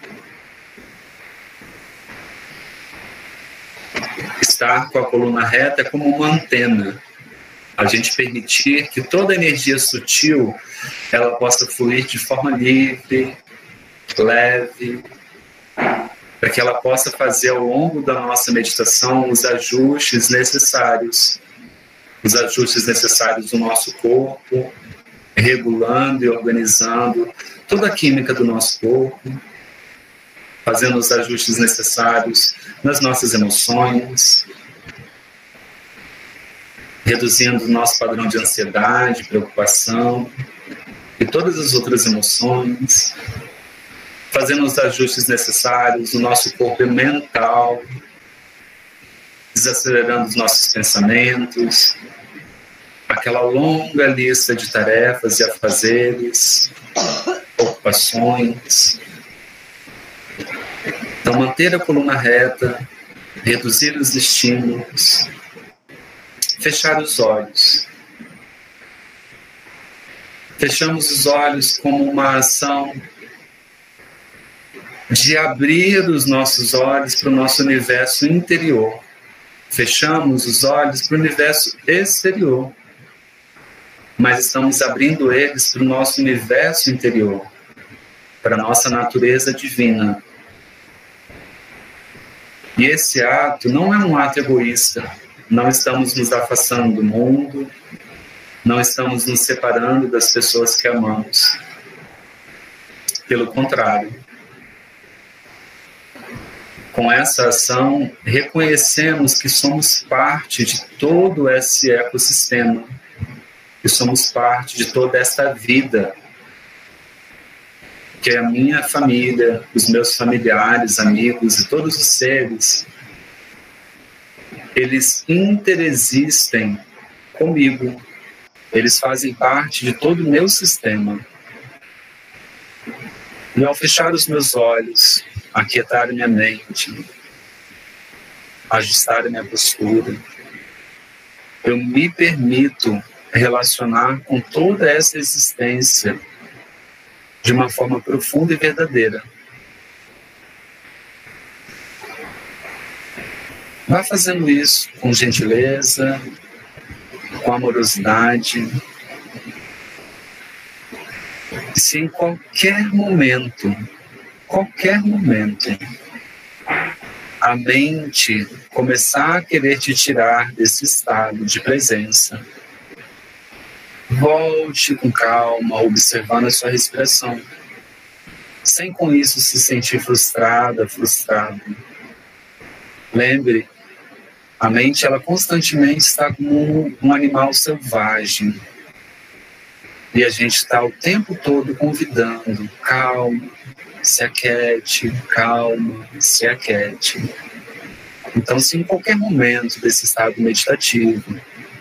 Estar com a coluna reta é como uma antena. A gente permitir que toda a energia sutil ela possa fluir de forma livre, leve, para que ela possa fazer ao longo da nossa meditação os ajustes necessários do nosso corpo, regulando e organizando toda a química do nosso corpo, fazendo os ajustes necessários nas nossas emoções, reduzindo o nosso padrão de ansiedade, preocupação e todas as outras emoções, fazendo os ajustes necessários no nosso corpo mental, desacelerando os nossos pensamentos, aquela longa lista de tarefas e afazeres, ocupações. Então, manter a coluna reta, reduzir os estímulos, fechar os olhos. Fechamos os olhos como uma ação de abrir os nossos olhos para o nosso universo interior. Fechamos os olhos para o universo exterior, mas estamos abrindo eles para o nosso universo interior, para a nossa natureza divina. E esse ato não é um ato egoísta. Não estamos nos afastando do mundo, não estamos nos separando das pessoas que amamos. Pelo contrário, com essa ação, reconhecemos que somos parte de todo esse ecossistema, que somos parte de toda esta vida, que é a minha família, os meus familiares, amigos e todos os seres, eles interexistem comigo, eles fazem parte de todo o meu sistema. E ao fechar os meus olhos, aquietar minha mente, ajustar minha postura, eu me permito relacionar com toda essa existência de uma forma profunda e verdadeira. Vá fazendo isso com gentileza, com amorosidade. E se em qualquer momento, a mente começar a querer te tirar desse estado de presença, volte com calma, observando a sua respiração, sem com isso se sentir frustrado. Lembre, a mente ela constantemente está como um animal selvagem. E a gente está o tempo todo convidando, calma, se aquiete, calma, se aquiete. Então, se em qualquer momento desse estado meditativo,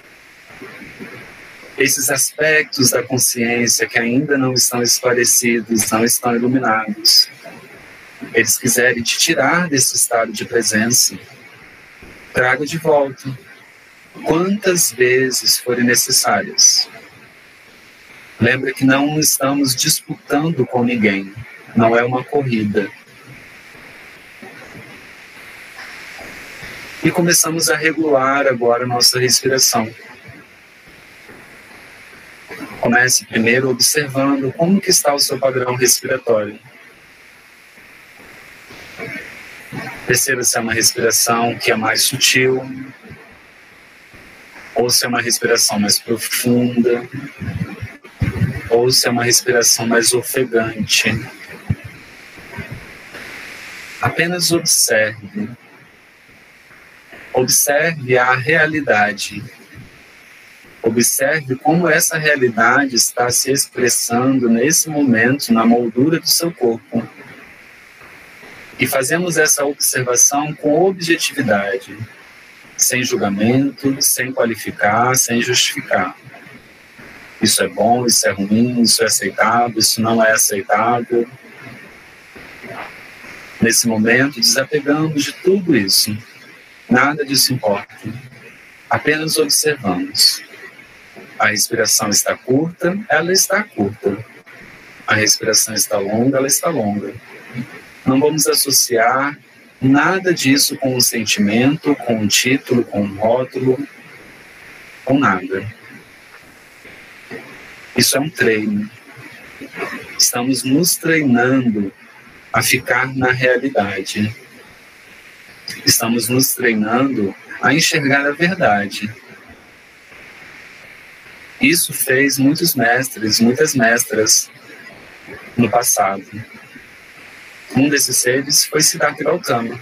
esses aspectos da consciência que ainda não estão esclarecidos, não estão iluminados, eles quiserem te tirar desse estado de presença, traga de volta, quantas vezes forem necessárias. Lembra que não estamos disputando com ninguém, não é uma corrida. E começamos a regular agora a nossa respiração. Comece primeiro observando como que está o seu padrão respiratório. Perceba se é uma respiração que é mais sutil, ou se é uma respiração mais profunda, ou se é uma respiração mais ofegante. Apenas observe. Observe a realidade. Observe como essa realidade está se expressando nesse momento na moldura do seu corpo. E fazemos essa observação com objetividade, sem julgamento, sem qualificar, sem justificar. Isso é bom, isso é ruim, isso é aceitável, isso não é aceitável. Nesse momento, desapegamos de tudo isso. Nada disso importa. Apenas observamos. A respiração está curta, ela está curta. A respiração está longa, ela está longa. Não vamos associar nada disso com um sentimento, com um título, com um rótulo, com nada. Isso é um treino. Estamos nos treinando a ficar na realidade. Estamos nos treinando a enxergar a verdade. Isso fez muitos mestres, muitas mestras no passado. Um desses seres foi Siddhartha Gautama,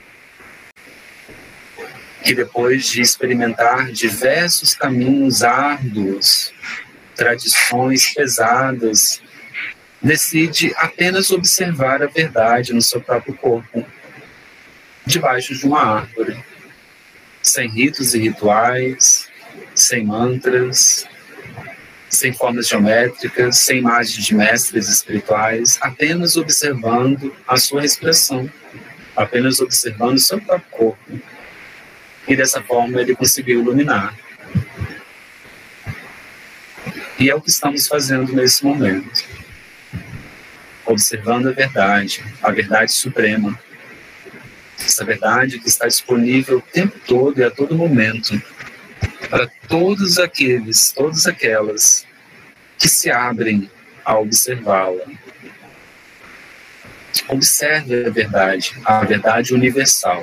que depois de experimentar diversos caminhos árduos, tradições pesadas, decide apenas observar a verdade no seu próprio corpo, debaixo de uma árvore, sem ritos e rituais, sem mantras, sem formas geométricas, sem imagens de mestres espirituais, apenas observando a sua respiração, apenas observando o seu próprio corpo. E dessa forma ele conseguiu iluminar. E é o que estamos fazendo nesse momento. Observando a verdade suprema. Essa verdade que está disponível o tempo todo e a todo momento para todos aqueles, todas aquelas que se abrem a observá-la. Observe a verdade universal.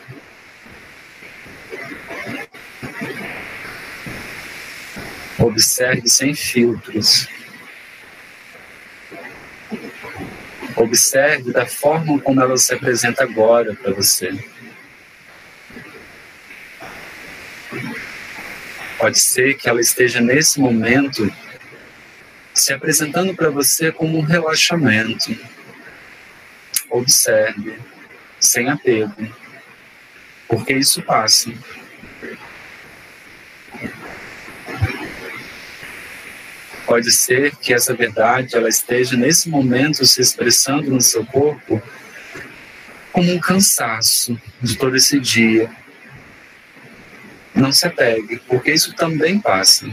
Observe sem filtros. Observe da forma como ela se apresenta agora para você. Pode ser que ela esteja nesse momento se apresentando para você como um relaxamento. Observe, sem apego, porque isso passa. Pode ser que essa verdade ela esteja nesse momento se expressando no seu corpo como um cansaço de todo esse dia. Não se apegue, porque isso também passa.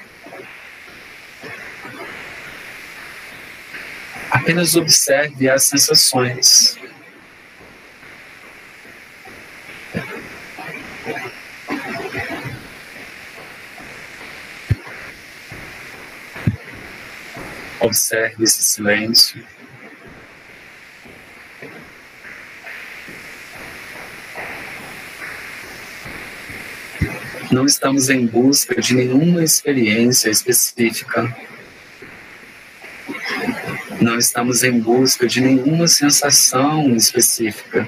Apenas observe as sensações. Observe esse silêncio. Não estamos em busca de nenhuma experiência específica. Não estamos em busca de nenhuma sensação específica.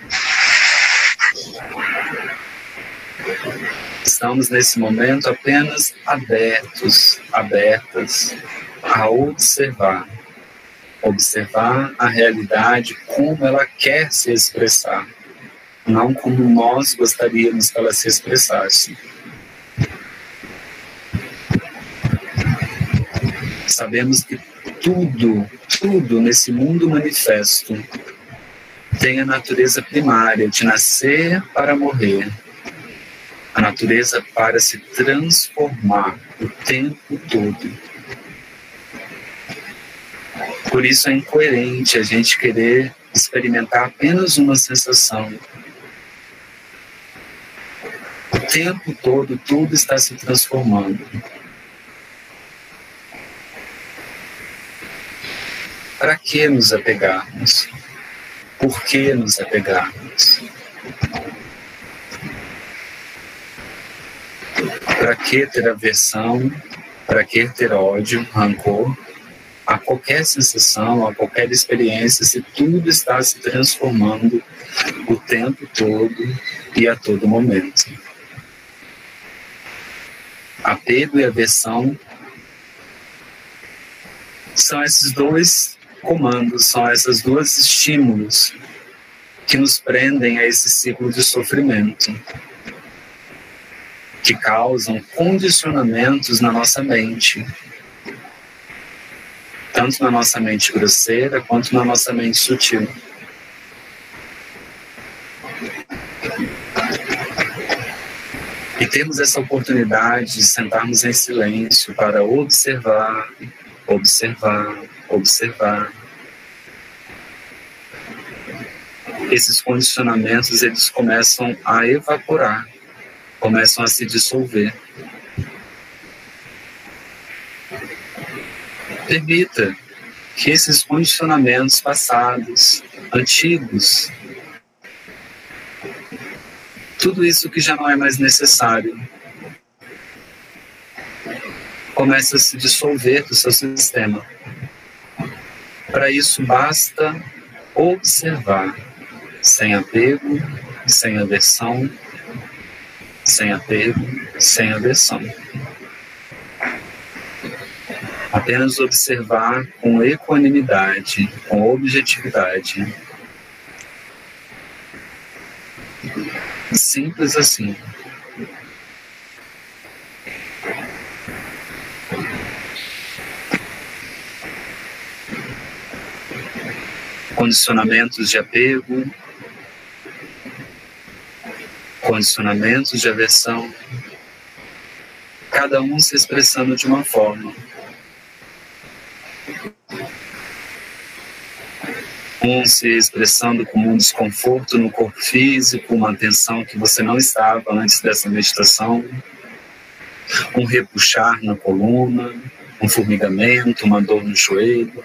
Estamos nesse momento apenas abertos, abertas a observar. Observar a realidade como ela quer se expressar, não como nós gostaríamos que ela se expressasse. Sabemos que tudo nesse mundo manifesto tem a natureza primária de nascer para morrer, a natureza para se transformar o tempo todo. Por isso é incoerente a gente querer experimentar apenas uma sensação. O tempo todo, tudo está se transformando. Para que nos apegarmos? Por que nos apegarmos? Para que ter aversão? Para que ter ódio, rancor? A qualquer sensação, a qualquer experiência, se tudo está se transformando o tempo todo e a todo momento. Apego e aversão são esses dois comandos, são esses dois estímulos que nos prendem a esse ciclo de sofrimento, que causam condicionamentos na nossa mente, tanto na nossa mente grosseira quanto na nossa mente sutil. E temos essa oportunidade de sentarmos em silêncio para observar, observar, observar. Esses condicionamentos, eles começam a evaporar, começam a se dissolver. Permita que esses condicionamentos passados, antigos, tudo isso que já não é mais necessário, comece a se dissolver do seu sistema. Para isso basta observar, sem apego, sem aversão, sem apego, sem aversão. Apenas observar com equanimidade, com objetividade. Simples assim. Condicionamentos de apego, condicionamentos de aversão, cada um se expressando de uma forma. Um se expressando como um desconforto no corpo físico, uma tensão que você não estava antes dessa meditação, um repuxar na coluna, um formigamento, uma dor no joelho.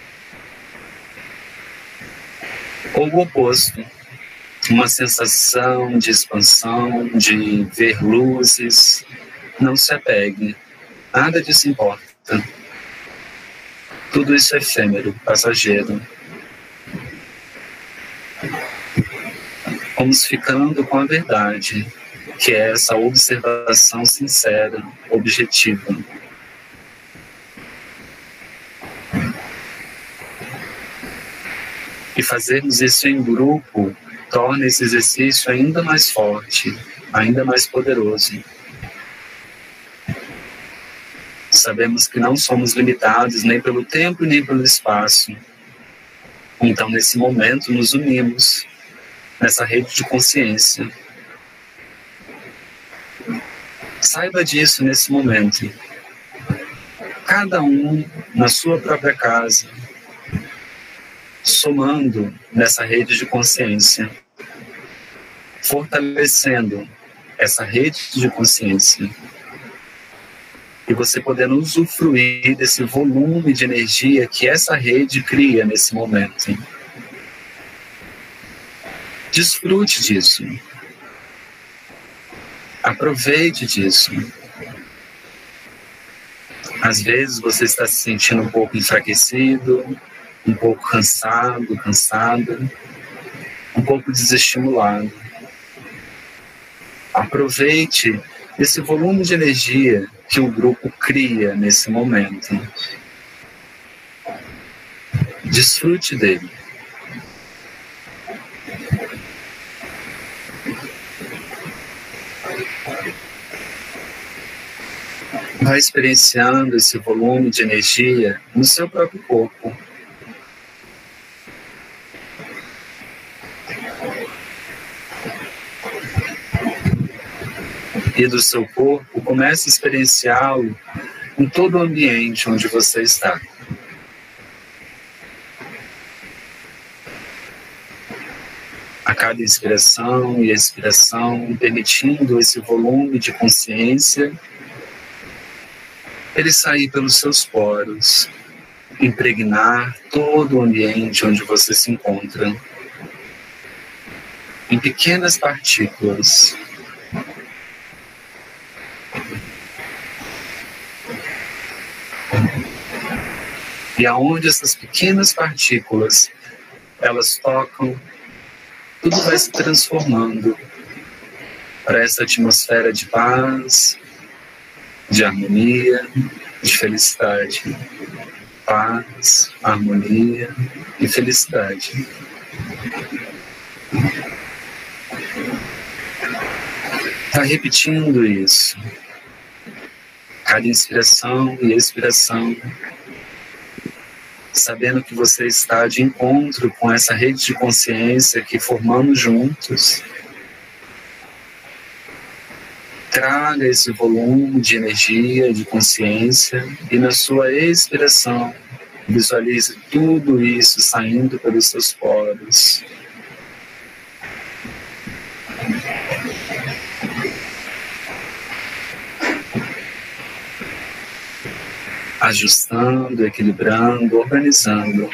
Ou o oposto, uma sensação de expansão, de ver luzes. Não se apegue, nada disso importa. Tudo isso é efêmero, passageiro. Vamos ficando com a verdade, que é essa observação sincera, objetiva. E fazermos isso em grupo torna esse exercício ainda mais forte, ainda mais poderoso. Sabemos que não somos limitados nem pelo tempo nem pelo espaço. Então, nesse momento, nos unimos nessa rede de consciência. Saiba disso nesse momento. Cada um na sua própria casa, somando nessa rede de consciência, fortalecendo essa rede de consciência, e você podendo usufruir desse volume de energia que essa rede cria nesse momento. Desfrute disso. Aproveite disso. Às vezes você está se sentindo um pouco enfraquecido, um pouco cansado, cansada, um pouco desestimulado. Aproveite esse volume de energia que o grupo cria nesse momento. Desfrute dele. Vai experienciando esse volume de energia no seu próprio corpo. E do seu corpo, comece a experienciá-lo em todo o ambiente onde você está. A cada inspiração e expiração, permitindo esse volume de consciência ele sair pelos seus poros, impregnar todo o ambiente onde você se encontra, em pequenas partículas. E aonde essas pequenas partículas, elas tocam, tudo vai se transformando para essa atmosfera de paz, de harmonia, de felicidade. Paz, harmonia e felicidade. Está repetindo isso. Cada inspiração e expiração, sabendo que você está de encontro com essa rede de consciência que formamos juntos. Traga esse volume de energia, de consciência, e na sua expiração, visualize tudo isso saindo pelos seus poros. Ajustando, equilibrando, organizando.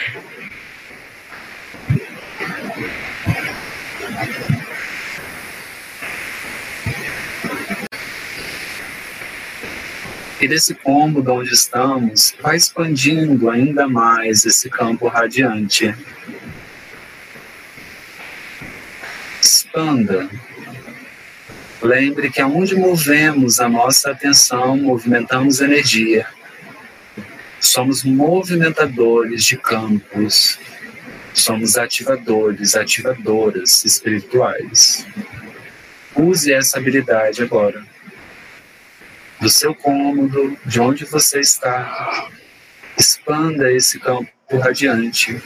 E desse cômodo onde estamos, vai expandindo ainda mais esse campo radiante. Expanda. Lembre que aonde movemos a nossa atenção, movimentamos energia. Somos movimentadores de campos. Somos ativadores, ativadoras espirituais. Use essa habilidade agora. Do seu cômodo, de onde você está, expanda esse campo radiante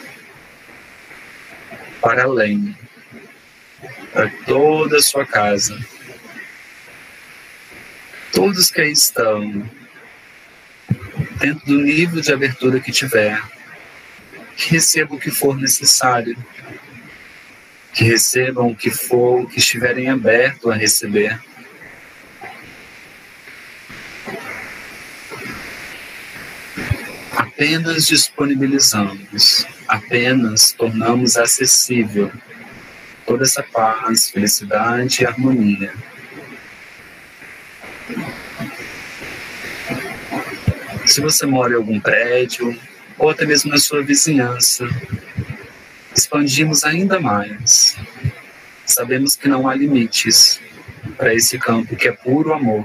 para além, para toda a sua casa. Todos que aí estão, dentro do nível de abertura que tiver, que recebam o que for necessário, que recebam o que for, que estiverem abertos a receber. Apenas disponibilizamos, apenas tornamos acessível toda essa paz, felicidade e harmonia. Se você mora em algum prédio, ou até mesmo na sua vizinhança, expandimos ainda mais. Sabemos que não há limites para esse campo que é puro amor.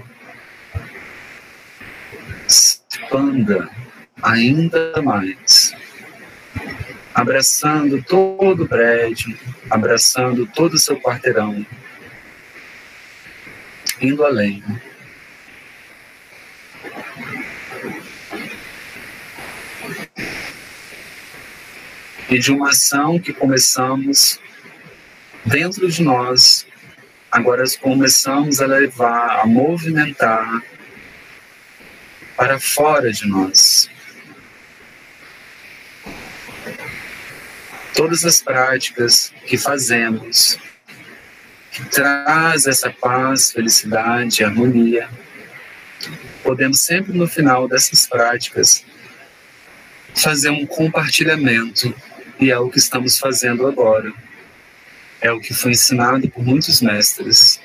Expanda ainda mais, abraçando todo o prédio, abraçando todo o seu quarteirão, indo além. e de uma ação que começamos dentro de nós, agora começamos a levar, a movimentar para fora de nós. Todas as práticas que fazemos, que traz essa paz, felicidade, harmonia, podemos sempre no final dessas práticas fazer um compartilhamento, e é o que estamos fazendo agora. É o que foi ensinado por muitos mestres.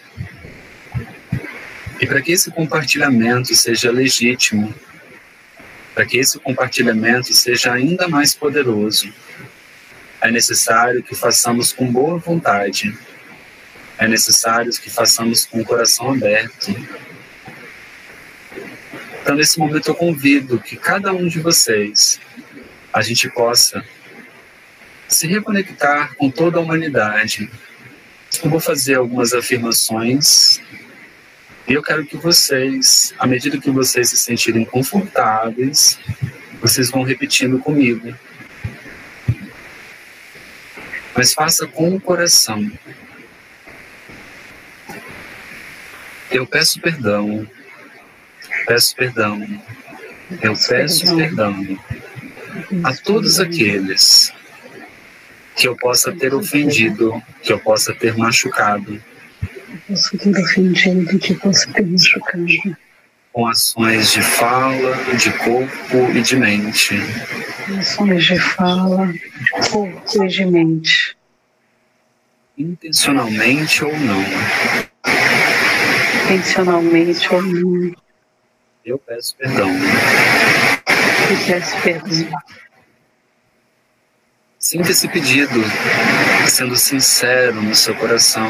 E para que esse compartilhamento seja legítimo, para que esse compartilhamento seja ainda mais poderoso, é necessário que façamos com boa vontade, é necessário que façamos com o coração aberto. Então, nesse momento, eu convido que cada um de vocês, a gente possa se reconectar com toda a humanidade. Eu vou fazer algumas afirmações e eu quero que vocês, à medida que vocês se sentirem confortáveis, vocês vão repetindo comigo. Mas faça com o coração. Eu peço perdão. Peço perdão. Eu peço perdão a todos aqueles que eu possa ter ofendido, que eu possa ter machucado. Posso ter ofendido, que possa ter machucado. Com ações de fala, de corpo e de mente. Ações de fala, de corpo e de mente. Intencionalmente ou não. Intencionalmente ou não. Eu peço perdão. Eu peço perdão. Sinta esse pedido, sendo sincero no seu coração.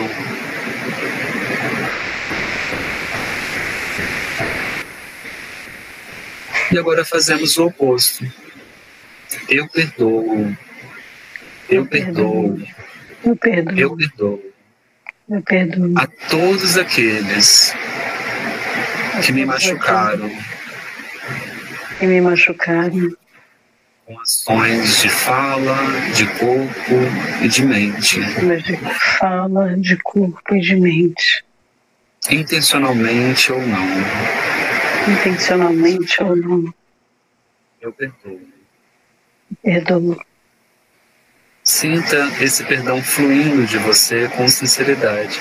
E agora fazemos o oposto. Eu perdoo. Eu perdoo. Eu perdoo. Eu perdoo. Eu perdoo. A todos aqueles que me machucaram. Que me machucaram. Com ações de fala, de corpo e de mente. De fala, de corpo e de mente. Intencionalmente ou não. Intencionalmente ou não. Eu perdoo. Perdoo. Sinta esse perdão fluindo de você com sinceridade.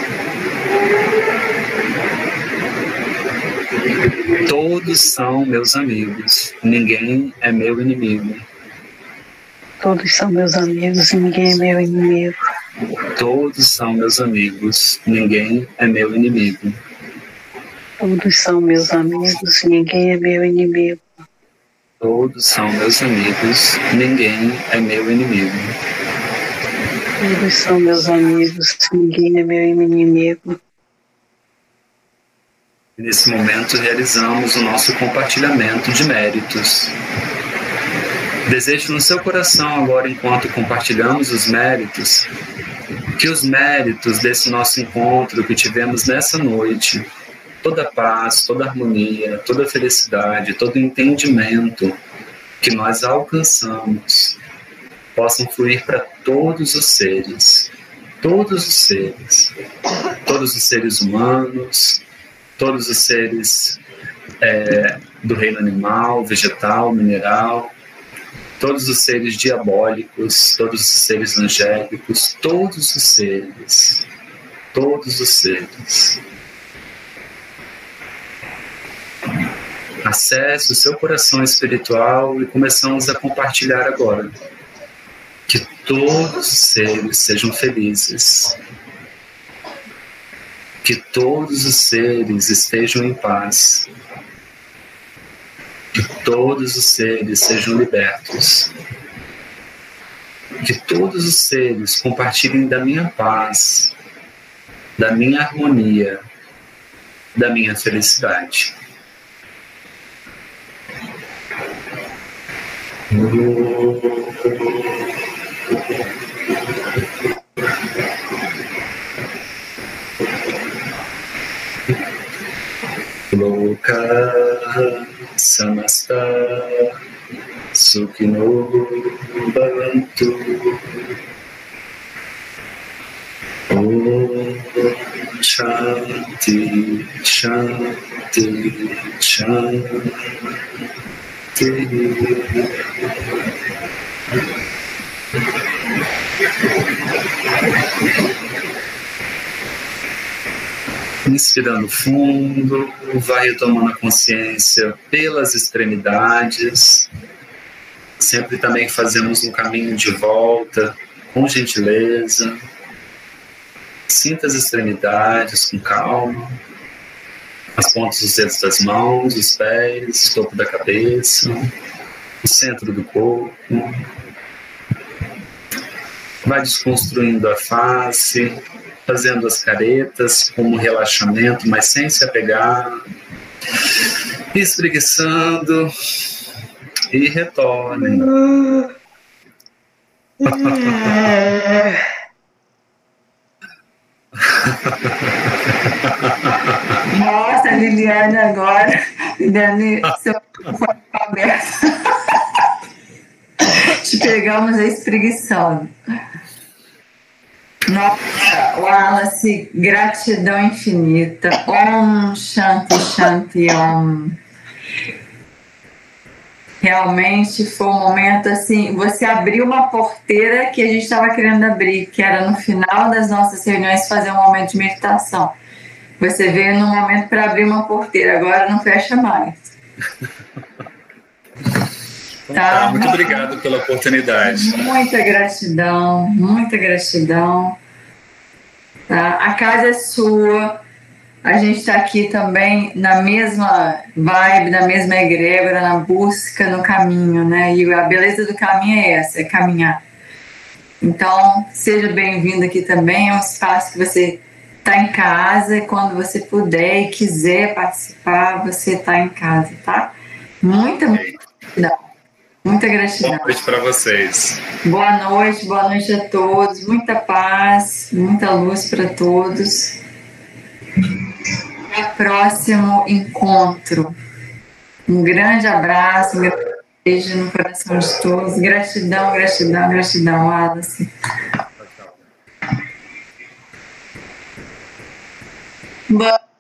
Todos são meus amigos, ninguém é meu inimigo. Todos são meus amigos e ninguém é meu inimigo. Todos são meus amigos, ninguém é meu inimigo. Todos são meus amigos e ninguém é meu inimigo. Todos são meus amigos, ninguém é meu inimigo. Todos são meus amigos, ninguém é meu inimigo. Nesse momento realizamos o nosso compartilhamento de méritos. Desejo no seu coração agora, enquanto compartilhamos os méritos, que os méritos desse nosso encontro que tivemos nessa noite, toda a paz, toda a harmonia, toda a felicidade, todo o entendimento que nós alcançamos, possam fluir para todos os seres, todos os seres humanos, todos os seres do reino animal, vegetal, mineral, todos os seres diabólicos, todos os seres angélicos, todos os seres. Acesse o seu coração espiritual e começamos a compartilhar agora. Que todos os seres sejam felizes. Que todos os seres estejam em paz. Que todos os seres sejam libertos. Que todos os seres compartilhem da minha paz, da minha harmonia, da minha felicidade. Loka samasta Sukhino Bhavantu. Om Shanti, Shanti, Shanti. Inspirando fundo, vai retomando a consciência pelas extremidades. Sempre também fazemos um caminho de volta, com gentileza. Sinta as extremidades com calma. As pontas dos dedos das mãos, os pés, o topo da cabeça, o centro do corpo. Vai desconstruindo a face, fazendo as caretas como relaxamento, mas sem se apegar, espreguiçando e retorne. Nossa, a Liliane agora, Liliane, seu corpo aberto. Te pegamos a espreguiçando. Nossa, Wallace, gratidão infinita. Om Shanti Shanti Om. Realmente foi um momento assim, você abriu uma porteira que a gente estava querendo abrir, que era no final das nossas reuniões fazer um momento de meditação. Você veio num momento para abrir uma porteira, agora não fecha mais. Tá, muito obrigado pela oportunidade. Muita gratidão, muita gratidão. Tá? A casa é sua. A gente está aqui também na mesma vibe, na mesma egrégora, na busca, no caminho, né? E a beleza do caminho é essa, é caminhar. Então, seja bem-vindo aqui também. É um espaço que você está em casa. Quando você puder e quiser participar, você está em casa, tá? Muita gratidão. Muita gratidão. Boa noite para vocês. Boa noite a todos. Muita paz, muita luz para todos. Até o próximo encontro. Um grande abraço, um grande beijo no coração de todos. Gratidão, gratidão, gratidão, Wallace. Boa